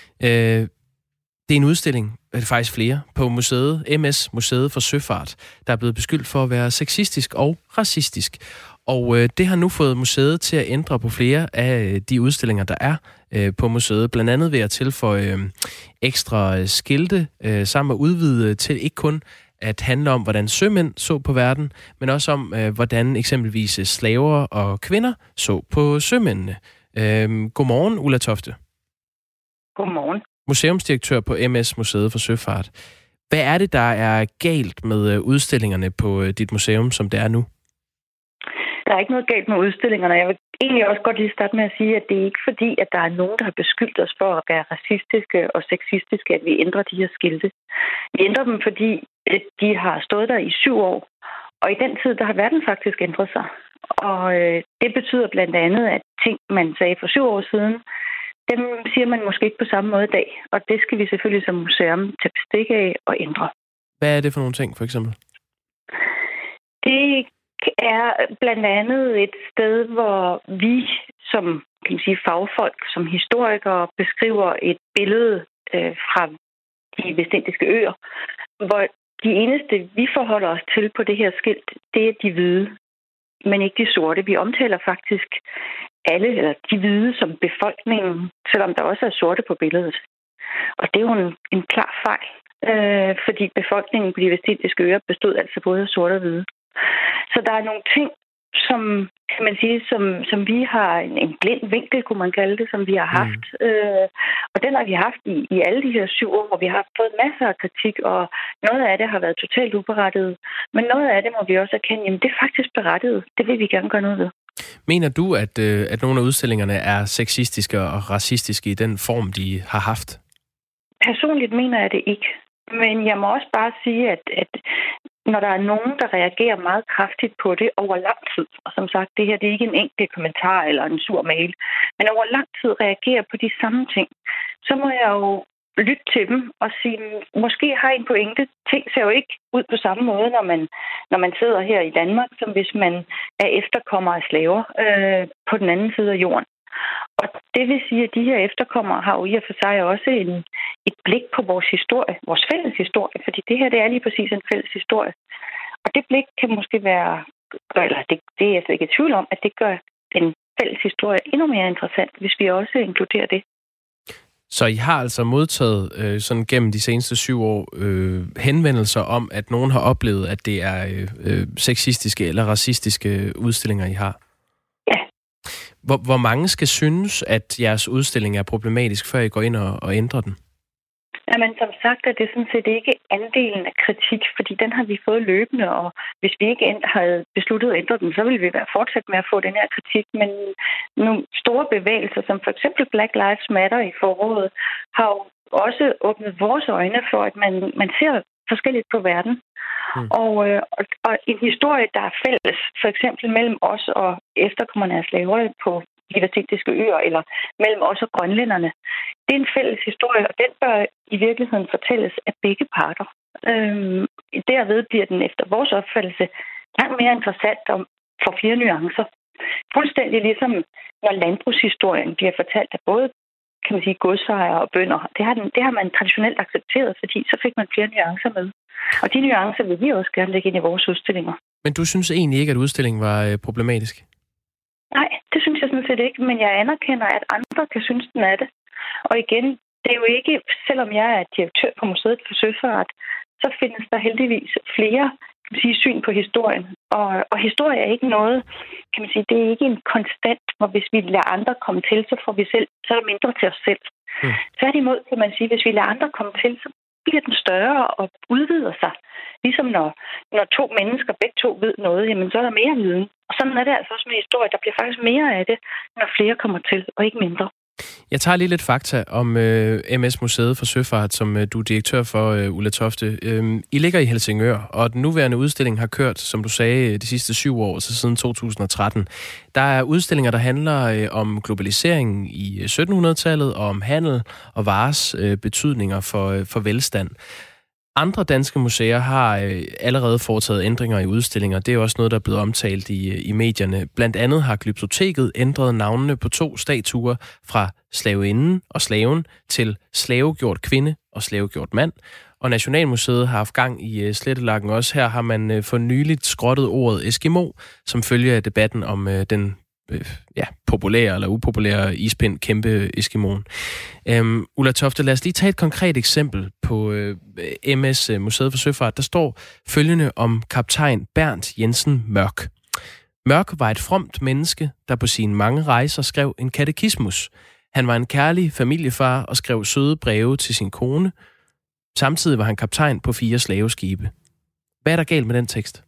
Det er en udstilling, faktisk flere, på museet, MS, Museet for Søfart, der er blevet beskyldt for at være sexistisk og racistisk. Og det har nu fået museet til at ændre på flere af de udstillinger, der er på museet. Blandt andet ved at tilføje ekstra skilte, sammen at udvide til ikke kun at handle om, hvordan sømænd så på verden, men også om, hvordan eksempelvis slaver og kvinder så på sømændene. Godmorgen, Ulla Tofte. Godmorgen. Museumsdirektør på MS, Museet for Søfart. Hvad er det, der er galt med udstillingerne på dit museum, som det er nu? Der er ikke noget galt med udstillingerne. Jeg vil egentlig også godt lige starte med at sige, at det er ikke fordi, at der er nogen, der har beskyldt os for at være racistiske og sexistiske, at vi ændrer de her skilte. Vi ændrer dem, fordi de har stået der i 7 år. Og i den tid, der har verden faktisk ændret sig. Og det betyder blandt andet, at ting, man sagde for 7 år siden, dem siger man måske ikke på samme måde i dag. Og det skal vi selvfølgelig som museum tage bestik af og ændre. Hvad er det for nogle ting, for eksempel? Det er blandt andet et sted, hvor vi som kan man sige, fagfolk, som historikere, beskriver et billede fra de vestindiske øer, hvor de eneste, vi forholder os til på det her skilt, det er de hvide, men ikke de sorte. Vi omtaler faktisk alle, eller de hvide som befolkningen, selvom der også er sorte på billedet. Og det er jo en klar fejl, fordi befolkningen på de vestindiske øer bestod altså både af sorte og hvide. Så der er nogle ting, som kan man sige, som vi har en blind vinkel, kunne man kalde det, som vi har haft. Og den har vi haft i alle de her 7 år, hvor vi har fået masser af kritik, og noget af det har været totalt uberettiget. Men noget af det må vi også erkende, jamen det er faktisk berettiget. Det vil vi gerne gøre noget ved. Mener du, at nogle af udstillingerne er sexistiske og racistiske i den form, de har haft? Personligt mener jeg det ikke. Men jeg må også bare sige, at når der er nogen, der reagerer meget kraftigt på det over lang tid, og som sagt, det her det er ikke en enkelt kommentar eller en sur mail, men over lang tid reagerer på de samme ting, så må jeg jo lytte til dem og sige, måske har I en pointe. Ting ser jo ikke ud på samme måde, når man sidder her i Danmark, som hvis man er efterkommer af slaver på den anden side af jorden. Og det vil sige, at de her efterkommere har jo i og for sig også et blik på vores historie, vores fælles historie, fordi det her det er lige præcis en fælles historie. Og det blik kan måske være, eller det er jeg slet ikke i tvivl om, at det gør den fælles historie endnu mere interessant, hvis vi også inkluderer det. Så I har altså modtaget sådan gennem de seneste 7 år henvendelser om, at nogen har oplevet, at det er sexistiske eller racistiske udstillinger, I har? Ja. Hvor mange skal synes, at jeres udstilling er problematisk, før I går ind og ændrer den? Jamen, som sagt er det sådan set ikke andelen af kritik, fordi den har vi fået løbende, og hvis vi ikke havde besluttet at ændre den, så ville vi være fortsat med at få den her kritik. Men nogle store bevægelser, som for eksempel Black Lives Matter i foråret, har jo også åbnet vores øjne for, at man ser forskelligt på verden. Og en historie, der er fælles, for eksempel mellem os og efterkommerne af slaver på de vestindiske øer, eller mellem os og grønlænderne. Det er en fælles historie, og den bør i virkeligheden fortælles af begge parter. Derved bliver den efter vores opfattelse langt mere interessant og for flere nuancer. Fuldstændig ligesom når landbrugshistorien bliver fortalt af både, kan man sige, godsejere og bønder. Det har man traditionelt accepteret, fordi så fik man flere nuancer med. Og de nuancer vil vi også gerne lægge ind i vores udstillinger. Men du synes egentlig ikke, at udstillingen var problematisk? Nej, det synes jeg sådan set ikke, men jeg anerkender, at andre kan synes, den er det. Og igen, det er jo ikke, selvom jeg er direktør på Museet for Søfart, så findes der heldigvis flere, kan man sige, syn på historien. Og historie er ikke noget, kan man sige, det er ikke en konstant, hvor hvis vi lader andre komme til, så får vi selv, så er der mindre til os selv. Tværtimod kan man sige, hvis vi lader andre komme til, så bliver den større og udvider sig. Ligesom når to mennesker begge to ved noget, jamen så er der mere viden. Og sådan er det altså også med historie. Der bliver faktisk mere af det, når flere kommer til, og ikke mindre. Jeg tager lige lidt fakta om MS Museet for Søfart, som du er direktør for, Ulla Tofte. I ligger i Helsingør, og den nuværende udstilling har kørt, som du sagde, de sidste 7 år, så siden 2013. Der er udstillinger, der handler om globaliseringen i 1700-tallet, og om handel og vares betydninger for velstand. Andre danske museer har allerede foretaget ændringer i udstillinger. Det er også noget, der er blevet omtalt i medierne. Blandt andet har Glyptoteket ændret navnene på 2 statuer fra slaveinden og slaven til slavegjort kvinde og slavegjort mand. Og Nationalmuseet har haft gang i slettelakken også. Her har man for nyligt skrottet ordet Eskimo, som følger af debatten om den populære eller upopulære ispind kæmpe Eskimoen. Ulla Tofte, lad os lige tage et konkret eksempel på MS Museet for Søfart. Der står følgende om kaptajn Bernt Jensen Mørk. Mørk var et fromt menneske, der på sine mange rejser skrev en katekismus. Han var en kærlig familiefar og skrev søde breve til sin kone. Samtidig var han kaptajn på 4 slaveskibe. Hvad er der galt med den tekst?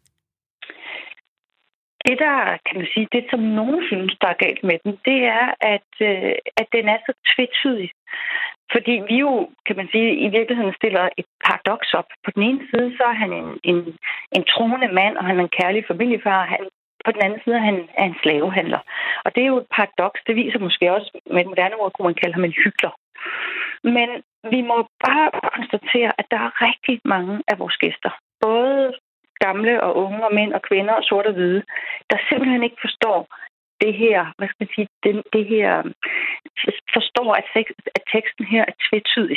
Det der, kan man sige, det som nogen synes, der er galt med den, det er, at den er så tvetydig. Fordi vi jo, kan man sige, i virkeligheden stiller et paradoks op. På den ene side, så er han en troende mand, og han er en kærlig familiefar. På den anden side er han en slavehandler. Og det er jo et paradoks. Det viser måske også, med et moderne ord, kunne man kalde ham en hykler. Men vi må bare konstatere, at der er rigtig mange af vores gæster, både gamle og unge og mænd og kvinder og sort og hvide, der simpelthen ikke forstår det her, hvad skal man sige, det her, forstår, at teksten her er tvetydig.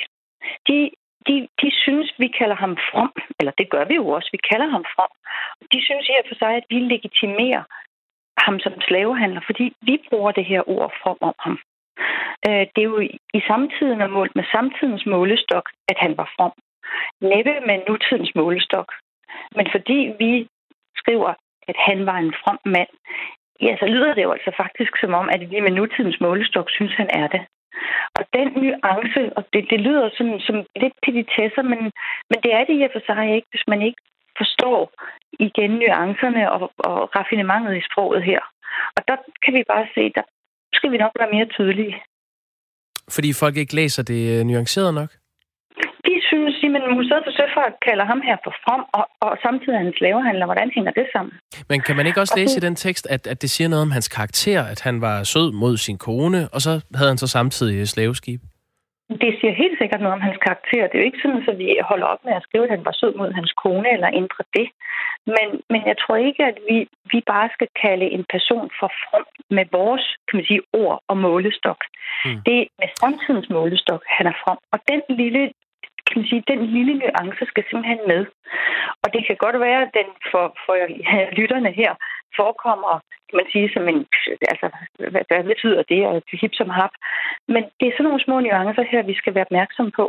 De synes, vi kalder ham from, eller det gør vi jo også, vi kalder ham from. De synes her for sig, at vi legitimerer ham som slavehandler, fordi vi bruger det her ord from om ham. Det er jo i samtiden og målt med samtidens målestok, at han var from. Næppe med nutidens målestok. Men fordi vi skriver, at han var en from mand, ja, så lyder det jo altså faktisk som om, at vi med nutidens målestok synes, han er det. Og den nuance, og det lyder som lidt petitesser, men det er det i og for sig ikke, hvis man ikke forstår igen nuancerne og raffinementet i sproget her. Og der kan vi bare se, der skal vi nok være mere tydelige. Fordi folk ikke læser det nuanceret nok? De synes, at Museet for Søfart kalder ham her for from, og samtidig er han slavehandler. Hvordan hænger det sammen? Men kan man ikke også læse i den tekst, at det siger noget om hans karakter, at han var sød mod sin kone, og så havde han så samtidig slaveskib? Det siger helt sikkert noget om hans karakter. Det er jo ikke sådan, at vi holder op med at skrive, at han var sød mod hans kone, eller ændre det. Men jeg tror ikke, at vi bare skal kalde en person for from med vores, kan man sige, ord og målestok. Det er med samtidens målestok, han er from. Og den lille nuance skal simpelthen med. Og det kan godt være, at den for lytterne her forekommer, kan man sige, som en, altså, hvad betyder det, og hip som hap. Men det er sådan nogle små nuancer her, vi skal være opmærksom på,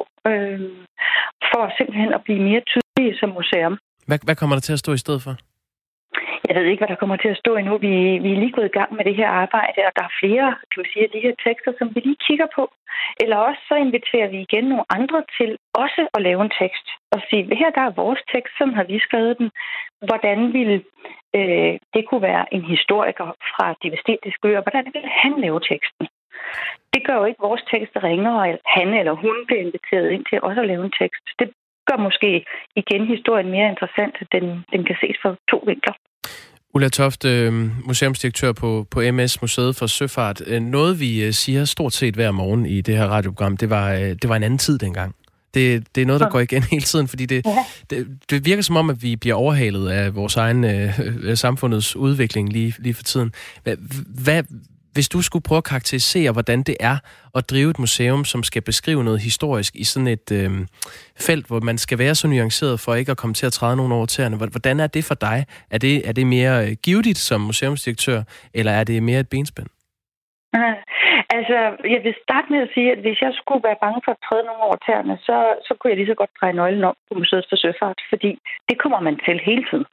for simpelthen at blive mere tydelige som museum. Hvad kommer der til at stå i stedet for? Jeg ved ikke, hvad der kommer til at stå endnu. Vi er lige gået i gang med det her arbejde, og der er flere, kan man sige, af de her tekster, som vi lige kigger på. Eller også så inviterer vi igen nogle andre til også at lave en tekst. Og sige, her der er vores tekst, sådan har vi skrevet den. Hvordan ville det kunne være en historiker fra de vestindiske øer? Hvordan ville han lave teksten? Det gør jo ikke vores tekster ringer, og han eller hun bliver inviteret ind til også at lave en tekst. Det gør måske igen historien mere interessant, at den kan ses fra 2 vinkler. Ulla Toft, museumsdirektør på MS, Museet for Søfart. Noget, vi siger stort set hver morgen i det her radioprogram, det var en anden tid dengang. Det er noget, der går igen hele tiden, fordi det virker som om, at vi bliver overhalet af vores egen samfundets udvikling lige for tiden. Hvis du skulle prøve at karakterisere, hvordan det er at drive et museum, som skal beskrive noget historisk i sådan et felt, hvor man skal være så nuanceret for ikke at komme til at træde nogen over tæerne. Hvordan er det for dig? Er det mere givtigt som museumsdirektør, eller er det mere et benspænd? Altså, jeg vil starte med at sige, at hvis jeg skulle være bange for at træde nogen over tæerne, så kunne jeg lige så godt dreje nøglen om på Museet for Søfart, fordi det kommer man til hele tiden.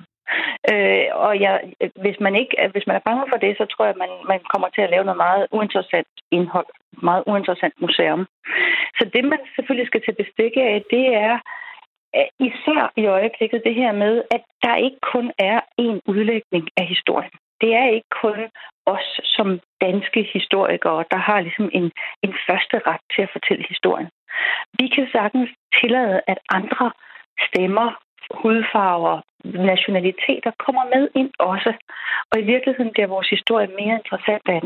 Hvis man er bange for det, så tror jeg, at man kommer til at lave noget meget uinteressant indhold, meget uinteressant museum. Så det, man selvfølgelig skal tage bestik af, det er især i øjeblikket det her med, at der ikke kun er én udlægning af historien. Det er ikke kun os som danske historikere, der har ligesom en første ret til at fortælle historien. Vi kan sagtens tillade, at andre stemmer, hudfarver, nationaliteter kommer med ind også. Og i virkeligheden bliver vores historie mere interessant af den.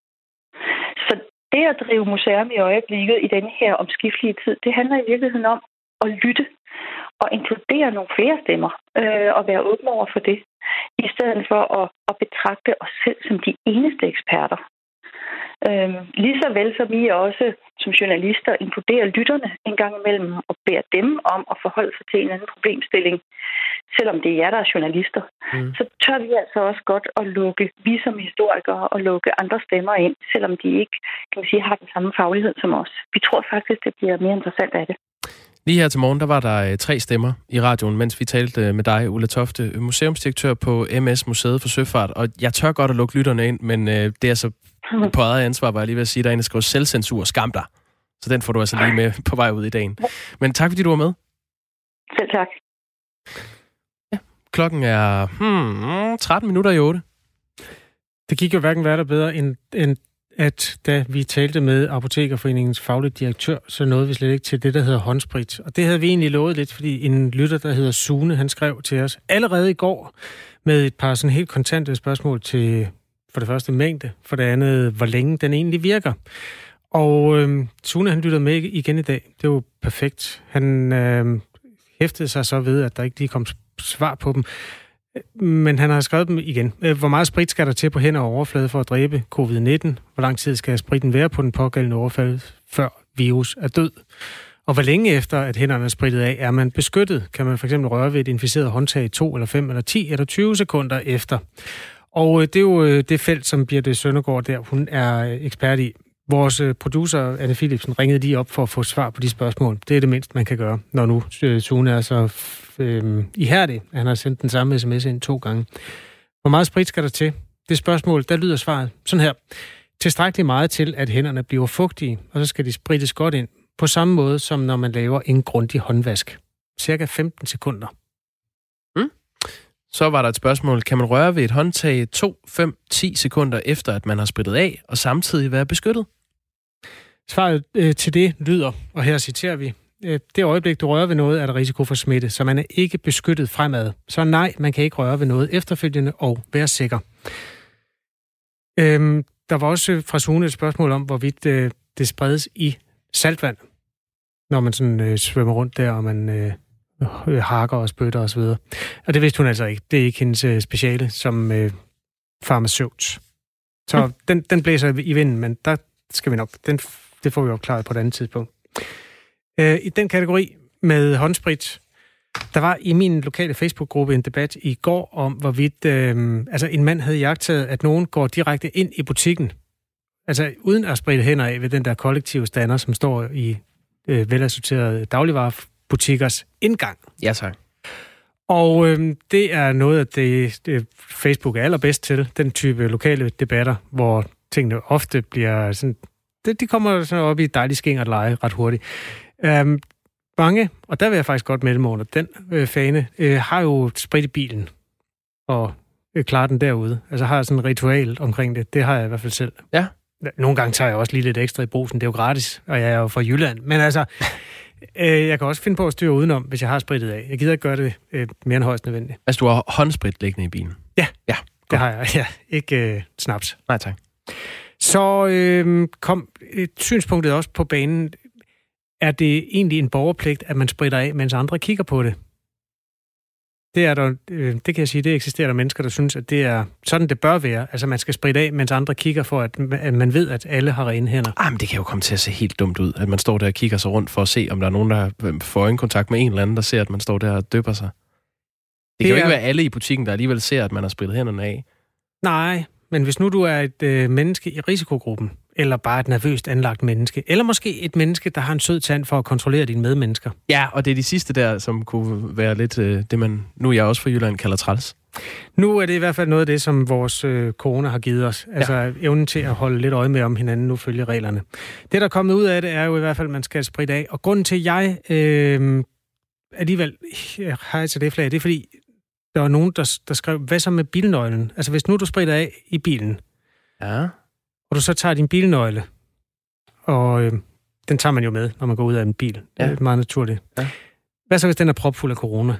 Så det at drive museum i øjeblikket i denne her omskiftelige tid, det handler i virkeligheden om at lytte og inkludere nogle flere stemmer og være åbne over for det, i stedet for at betragte os selv som de eneste eksperter. Lige så vel som I også som journalister inkluderer lytterne en gang imellem og beder dem om at forholde sig til en anden problemstilling, selvom det er jer, der er journalister, så tør vi altså også godt at lukke, vi som historikere, og lukke andre stemmer ind, selvom de ikke, kan man sige, har den samme faglighed som os. Vi tror faktisk, det bliver mere interessant af det. Lige her til morgen, der var der 3 stemmer i radioen, mens vi talte med dig, Ulla Tofte, museumsdirektør på MS, Museet for Søfart. Og jeg tør godt at lukke lytterne ind, men det er altså på eget ansvar, var jeg lige ved at sige, der er en, der skriver selvcensur, skam dig. Så den får du altså lige med på vej ud i dagen. Men tak, fordi du var med. Selv tak. Ja, klokken er 8:13. Det gik jo hverken værre bedre, end at da vi talte med Apotekerforeningens faglige direktør, så nåede vi slet ikke til det, der hedder håndsprit. Og det havde vi egentlig lovet lidt, fordi en lytter, der hedder Sune, han skrev til os allerede i går med et par sådan helt kontante spørgsmål til, for det første mængde, for det andet, hvor længe den egentlig virker. Og Sune, han lyttede med igen i dag. Det var perfekt. Han hæftede sig så ved, at der ikke lige kom svar på dem. Men han har skrevet dem igen. Hvor meget sprit skal der til på hænder og overflade for at dræbe covid-19? Hvor lang tid skal spritten være på den pågældende overflade, før virus er død? Og hvor længe efter, at hænderne er sprittet af, er man beskyttet? Kan man f.eks. røre ved et inficeret håndtag 2 eller 5 eller 10 eller 20 sekunder efter? Og det er jo det felt, som Birte Søndergaard der, hun er ekspert i. Vores producer, Anne Philipsen, ringede lige op for at få svar på de spørgsmål. Det er det mindste, man kan gøre, når nu Sune er så ihærdig. Han har sendt den samme sms ind 2 gange. Hvor meget sprit skal der til? Det spørgsmål, der lyder svaret sådan her. Tilstrækkeligt meget til, at hænderne bliver fugtige, og så skal de sprittes godt ind. På samme måde, som når man laver en grundig håndvask. Cirka 15 sekunder. Så var der et spørgsmål. Kan man røre ved et håndtag 2, 5, 10 sekunder efter, at man har sprittet af, og samtidig være beskyttet? Svaret til det lyder, og her citerer vi, det øjeblik, du rører ved noget, er der risiko for smitte, så man er ikke beskyttet fremad. Så nej, man kan ikke røre ved noget efterfølgende og være sikker. Der var også fra Sune et spørgsmål om, hvorvidt det spredes i saltvand, når man sådan svømmer rundt der, og man hakker og spytter og så videre. Og det vidste hun altså ikke. Det er ikke hendes speciale som farmaceut. Så den blæser i vinden, men der skal vi nok, det får vi opklaret på et andet tidspunkt. I den kategori med håndsprit, der var i min lokale Facebook-gruppe en debat i går om, hvorvidt en mand havde iagttaget, at nogen går direkte ind i butikken, altså uden at spritte hænder af ved den der kollektive stander, som står i velassorterede dagligvarebutikkers indgang. Ja, tak. Og det er noget af det Facebook er allerbedst til, den type lokale debatter, hvor tingene ofte bliver sådan, de kommer sådan op i et dejligt skingert leje ret hurtigt. Mange, og der vil jeg faktisk godt melde mig under den fane, har jo sprit i bilen og klarer den derude. Altså har sådan et ritual omkring det. Det har jeg i hvert fald selv. Ja. Nogle gange tager jeg også lige lidt ekstra i brusen. Det er jo gratis, og jeg er jo fra Jylland. Men altså, jeg kan også finde på at styre udenom, hvis jeg har sprittet af. Jeg gider ikke gøre det mere end højst nødvendigt. Altså, du har håndsprit liggende i bilen? Ja. Ja, Det har jeg, ja. Ikke snaps. Nej, tak. Så kom synspunktet også på banen. Er det egentlig en borgerpligt, at man spritter af, mens andre kigger på det? Det er der, det kan jeg sige, det eksisterer der mennesker, der synes, at det er sådan, det bør være. Altså, man skal spritte af, mens andre kigger, for at man ved, at alle har rene hænder. Men det kan jo komme til at se helt dumt ud, at man står der og kigger sig rundt for at se, om der er nogen, der får øjenkontakt med en eller anden, der ser, at man står der og dypper sig. Det kan jo ikke være alle i butikken, der alligevel ser, at man har sprittet hænderne af. Nej, men hvis nu du er et menneske i risikogruppen, eller bare et nervøst anlagt menneske, eller måske et menneske, der har en sød tand for at kontrollere dine medmennesker. Ja, og det er de sidste der, som kunne være lidt det, man nu er jeg også fra Jylland kalder træls. Nu er det i hvert fald noget af det, som vores corona har givet os. Altså evnen til at holde lidt øje med, om hinanden nu følger reglerne. Det, der er kommet ud af det, er jo i hvert fald, at man skal spritte af. Og grunden til, at jeg alligevel har til det flag, det er fordi, der var nogen, der skrev, hvad så med bilnøglen? Altså hvis nu du spritter af i bilen, og du så tager din bilnøgle, og den tager man jo med, når man går ud af en bil. Ja. Det er meget naturligt. Ja. Hvad så, hvis den er propfuld af corona?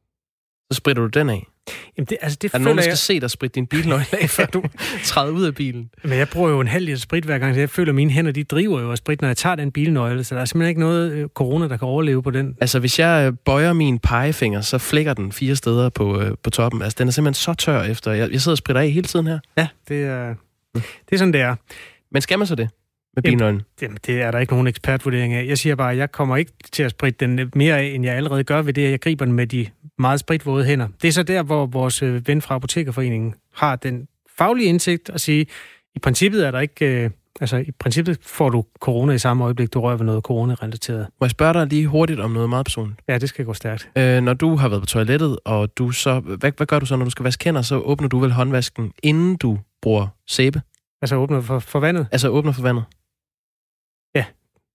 Så spritter du den af? Jamen det er der nogen, der skal se dig spritte din bilnøgle af, før du træder ud af bilen? Men jeg bruger jo en halv liter sprit hver gang, så jeg føler, at mine hænder, de driver jo af sprit, når jeg tager den bilnøgle, så der er simpelthen ikke noget corona, der kan overleve på den. Altså, hvis jeg bøjer min pegefinger, så flækker den 4 steder på toppen. Altså, den er simpelthen så tør efter. Jeg sidder og spritter af hele tiden her. Ja, det er sådan, det er. Men skal man så det med bilnøglen? Jamen, det er der ikke nogen ekspertvurdering af. Jeg siger bare, at jeg kommer ikke til at spritte den mere af, end jeg allerede gør ved det, at jeg griber den med de meget spritvåde hænder. Det er så der, hvor vores ven fra Apotekerforeningen har den faglige indsigt at sige, i princippet er der ikke... i princippet får du corona i samme øjeblik, du rører ved noget corona-relateret. Må jeg spørge dig lige hurtigt om noget meget personligt? Ja, det skal gå stærkt. Når du har været på toilettet, og du så... Hvad gør du så, når du skal vaske hænder? Så åbner du vel håndvasken, inden du bruger sæbe? Altså åbner for vandet? Altså åbner for vandet? Ja.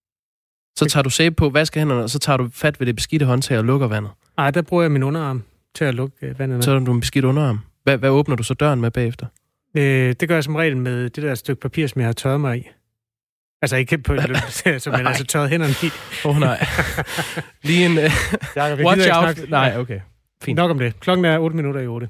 Så tager du sæbe på, vasker hænderne, og så tager du fat ved det beskidte håndtag og lukker vandet? Nej, der bruger jeg min underarm til at lukke vandet med. Så er du en beskidt underarm. Hvad åbner du så døren med bagefter? Det gør jeg som regel med det der stykke papir, som jeg har tørret mig i. Altså ikke på som jeg altså tørret hænderne i. Nej. Lige en... watch out. Nej, okay. Fint. Nok om det. Klokken er 8:08.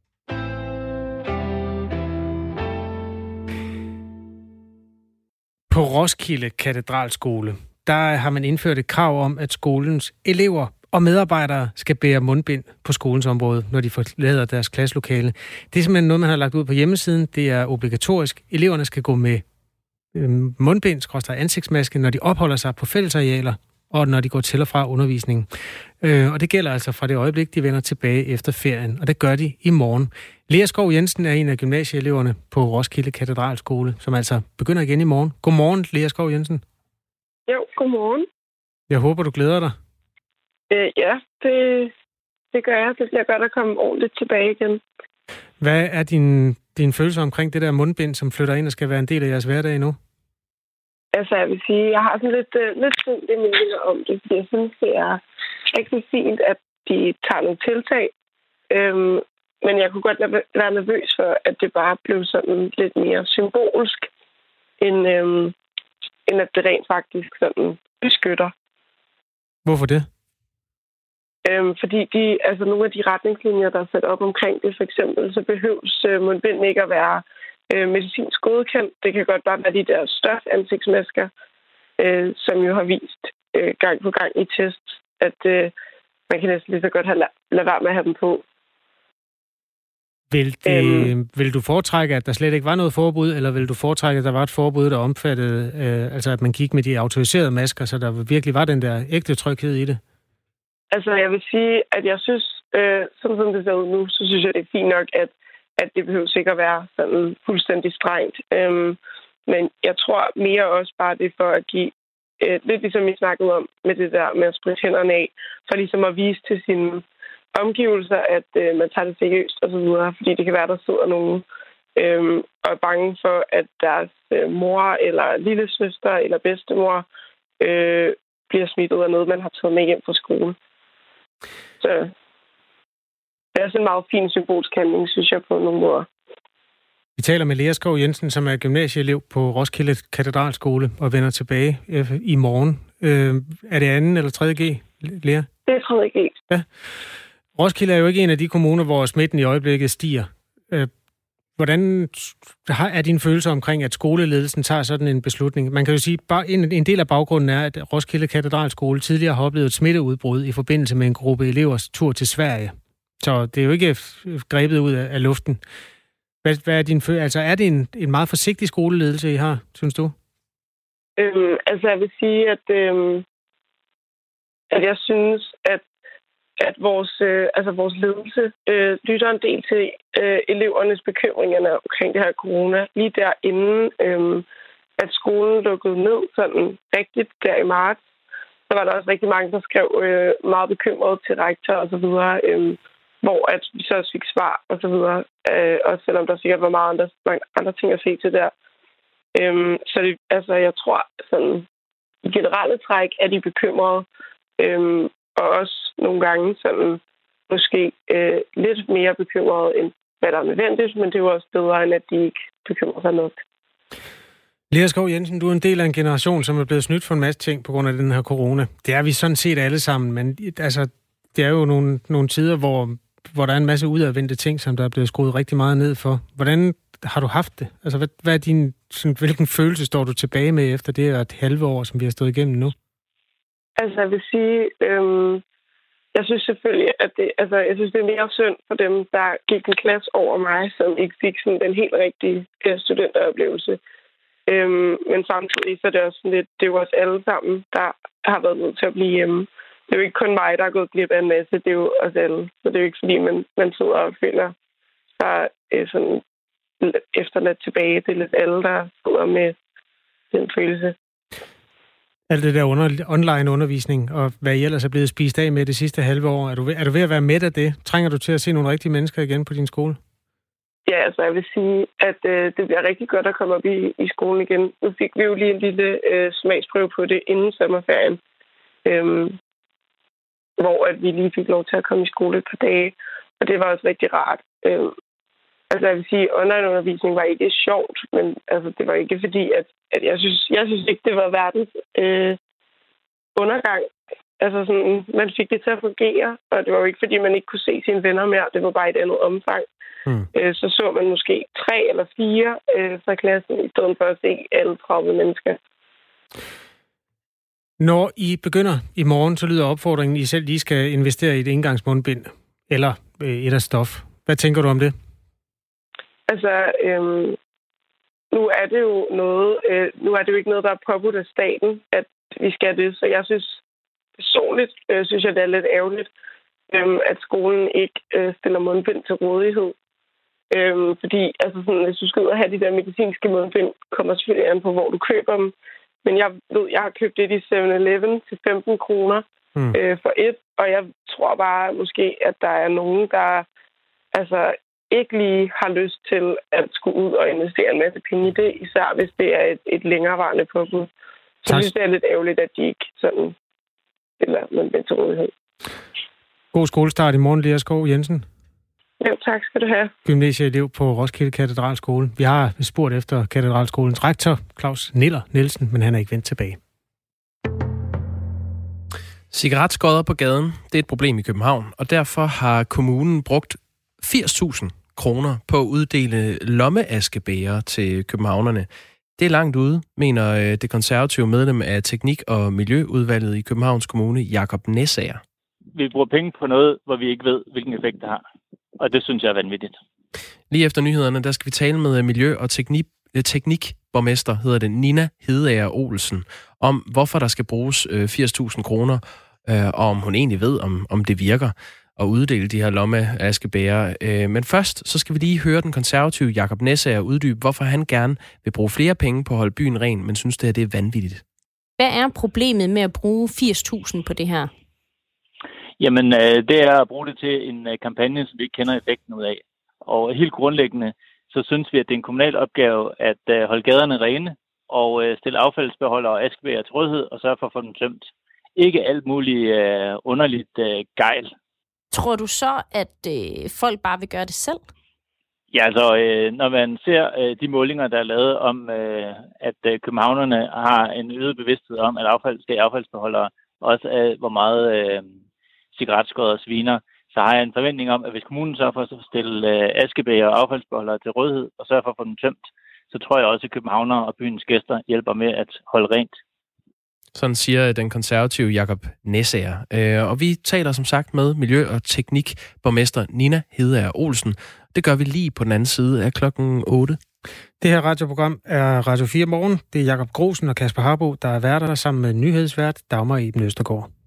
På Roskilde Katedralskole, der har man indført et krav om, at skolens elever og medarbejdere skal bære mundbind på skolens område, når de forlader deres klasselokale. Det er simpelthen noget, man har lagt ud på hjemmesiden. Det er obligatorisk. Eleverne skal gå med mundbind, ansigtsmaske, når de opholder sig på fællesarealer, og når de går til og fra undervisningen. Og det gælder altså fra det øjeblik, de vender tilbage efter ferien, og det gør de i morgen. Lea Skov Jensen er en af gymnasieeleverne på Roskilde Katedralskole, som altså begynder igen i morgen. Godmorgen, Lea Skov Jensen. Jo, godmorgen. Jeg håber, du glæder dig. Ja, det gør jeg. Det bliver godt at komme ordentligt tilbage igen. Hvad er din følelse omkring det der mundbind, som flytter ind og skal være en del af jeres hverdag nu? Altså, jeg vil sige, jeg har sådan lidt simpelthe meninger om det, fordi jeg synes, det er rigtig fint, at de tager nogle tiltag. Men jeg kunne godt være nervøs for, at det bare blev sådan lidt mere symbolsk, end at det rent faktisk sådan beskytter. Hvorfor det? Fordi nogle af de retningslinjer, der er sat op omkring det, for eksempel, så behøves mundbind ikke at være medicinsk godkendt. Det kan godt bare være de der største ansigtsmasker, som jo har vist gang på gang i test, at man kan næsten lige så godt lade være med at have dem på. Vil du foretrække, at der slet ikke var noget forbud, eller vil du foretrække, at der var et forbud, der omfattede, altså at man gik med de autoriserede masker, så der virkelig var den der ægte tryghed i det? Altså, jeg vil sige, at jeg synes, som det ser ud nu, så synes jeg, det er fint nok, at det behøver ikke at være sådan fuldstændig strengt. Men jeg tror mere også bare det for at give, lidt ligesom vi snakkede om med det der med at spritte hænderne af, for ligesom at vise til sine omgivelser, at man tager det seriøst og så videre. Fordi det kan være, der sidder nogen og er bange for, at deres mor eller lille søster eller bedstemor bliver smittet af noget, man har taget med hjem fra skole. Så det er sådan en meget fin symbolsk handling, synes jeg, på nogle måder. Vi taler med Lea Skov Jensen, som er gymnasieelev på Roskilde Katedralskole og vender tilbage i morgen. Er det 2. eller 3. G, Lea? Det er 3. G. Ja. Roskilde er jo ikke en af de kommuner, hvor smitten i øjeblikket stiger. Hvordan er dine følelser omkring, at skoleledelsen tager sådan en beslutning? Man kan jo sige, at en del af baggrunden er, at Roskilde Katedralskole tidligere har oplevet et smitteudbrud i forbindelse med en gruppe elevers tur til Sverige. Så det er jo ikke grebet ud af luften. Hvad er din følelse? Altså, er det en meget forsigtig skoleledelse, I har, synes du? Altså, jeg vil sige, at jeg synes, at vores ledelse lytter en del til elevernes bekymringer omkring det her corona. Lige derinde, at skolen lukkede ned sådan rigtigt der i marts, så var der også rigtig mange, der skrev meget bekymret til rektor og så videre, hvor at vi så også fik svar og så videre, også selvom der sikkert var mange andre ting at se til der. Så det, altså, jeg tror sådan i generelle træk er de bekymrede, og også nogle gange sådan måske lidt mere bekymrede, end hvad der er nødvendigt, men det er jo også bedre, end at de ikke bekymrer sig nok. Lea Skov Jensen, du er en del af en generation, som er blevet snydt for en masse ting på grund af den her corona. Det er vi sådan set alle sammen, men altså, det er jo nogle tider, hvor der er en masse udadvendte ting, som der er blevet skruet rigtig meget ned for. Hvordan har du haft det? Altså, hvad er hvilken følelse står du tilbage med efter det et halve år, som vi har stået igennem nu? Altså, jeg vil sige, jeg synes selvfølgelig, at det er mere synd for dem, der gik en klasse over mig, som ikke fik sådan den helt rigtige studenteroplevelse. Men samtidig så er det også sådan lidt, det er jo også alle sammen, der har været nødt til at blive hjemme. Det er jo ikke kun mig, der er gået glip af en masse, det er jo os alle. Så det er jo ikke fordi, man sidder og føler sig sådan efterladt tilbage. Det er lidt alle, der sidder med den følelse. Alt det der online undervisning, og hvad I ellers er blevet spist af med det sidste halve år, er du ved at være mæt af det? Trænger du til at se nogle rigtige mennesker igen på din skole? Ja, altså jeg vil sige, at det bliver rigtig godt at komme op i skolen igen. Nu fik vi jo lige en lille smagsprøve på det inden sommerferien, hvor at vi lige fik lov til at komme i skole et par dage, og det var også rigtig rart. Altså jeg vil sige, onlineundervisning var ikke sjovt, men altså, det var ikke fordi, at jeg synes ikke, det var verdens undergang. Altså sådan, man fik det til at fungere, og det var jo ikke fordi, man ikke kunne se sine venner mere, det var bare et andet omfang. Så man måske 3 eller 4 fra klassen, i stedet for at se alle 30 mennesker. Når I begynder i morgen, så lyder opfordringen, at I selv lige skal investere i et engangsmundbind, eller et af stof. Hvad tænker du om det? Altså, nu er det jo ikke noget, der er påbudt af staten, at vi skal det. Så jeg synes personligt, synes jeg, det er lidt ærgerligt, at skolen ikke stiller mundbind til rådighed. Fordi altså sådan, hvis du skal ud og have de der medicinske mundbind, kommer selvfølgelig an på, hvor du køber dem. Men jeg har købt det i 7-Eleven til 15 kroner for et, og jeg tror bare måske, at der er nogen, der altså ikke lige har lyst til at skulle ud og investere en masse penge i det, især hvis det er et længerevarende påbud. Så jeg synes, det er lidt ærgerligt, at de ikke sådan stiller mundbind til rådighed. God skolestart i morgen, Lea Skov Jensen. Jo, tak skal du have. Gymnasieelev på Roskilde Katedralskole. Vi har spurgt efter Katedralskolens rektor, Claus Niller Nielsen, men han er ikke vendt tilbage. Cigaretskodder på gaden, det er et problem i København, og derfor har kommunen brugt 80.000 kroner på at uddele lommeaskebæger til københavnerne. Det er langt ude, mener det konservative medlem af Teknik- og Miljøudvalget i Københavns Kommune, Jakob Næsager. Vi bruger penge på noget, hvor vi ikke ved, hvilken effekt det har. Og det synes jeg er vanvittigt. Lige efter nyhederne, der skal vi tale med Miljø- og Teknikborgmester, hedder det, Nina Hedeager Olsen, om hvorfor der skal bruges 80.000 kroner, og om hun egentlig ved, om det virker at uddele de her lommeaskebæger. Men først, så skal vi lige høre den konservative Jakob Næsager uddybe, hvorfor han gerne vil bruge flere penge på at holde byen ren, men synes, det er vanvittigt. Hvad er problemet med at bruge 80.000 på det her? Jamen, det er at bruge det til en kampagne, som vi ikke kender effekten ud af. Og helt grundlæggende, så synes vi, at det er en kommunal opgave at holde gaderne rene og stille affaldsbeholdere og askebæger til rådighed og sørge for at få dem tømt. Ikke alt muligt underligt gejl. Tror du så, at folk bare vil gøre det selv? Ja, altså, når man ser de målinger, der er lavet om, at københavnerne har en øget bevidsthed om, at affald skal i affaldsbeholdere, også hvor meget cigaretskodder sviner, så har jeg en forventning om, at hvis kommunen sørger for at stille askebæger og affaldsbeholdere til rådighed og sørger for at få dem tømt, så tror jeg også, at københavnere og byens gæster hjælper med at holde rent. Sådan siger den konservative Jakob Næsager. Og vi taler som sagt med Miljø- og Teknikborgmester Nina Hedeager Olsen. Det gør vi lige på den anden side af klokken 8. Det her radioprogram er Radio 4 Morgen. Det er Jakob Grosen og Kasper Harbo, der er værter sammen med nyhedsvært Dagmar Iben Østergaard.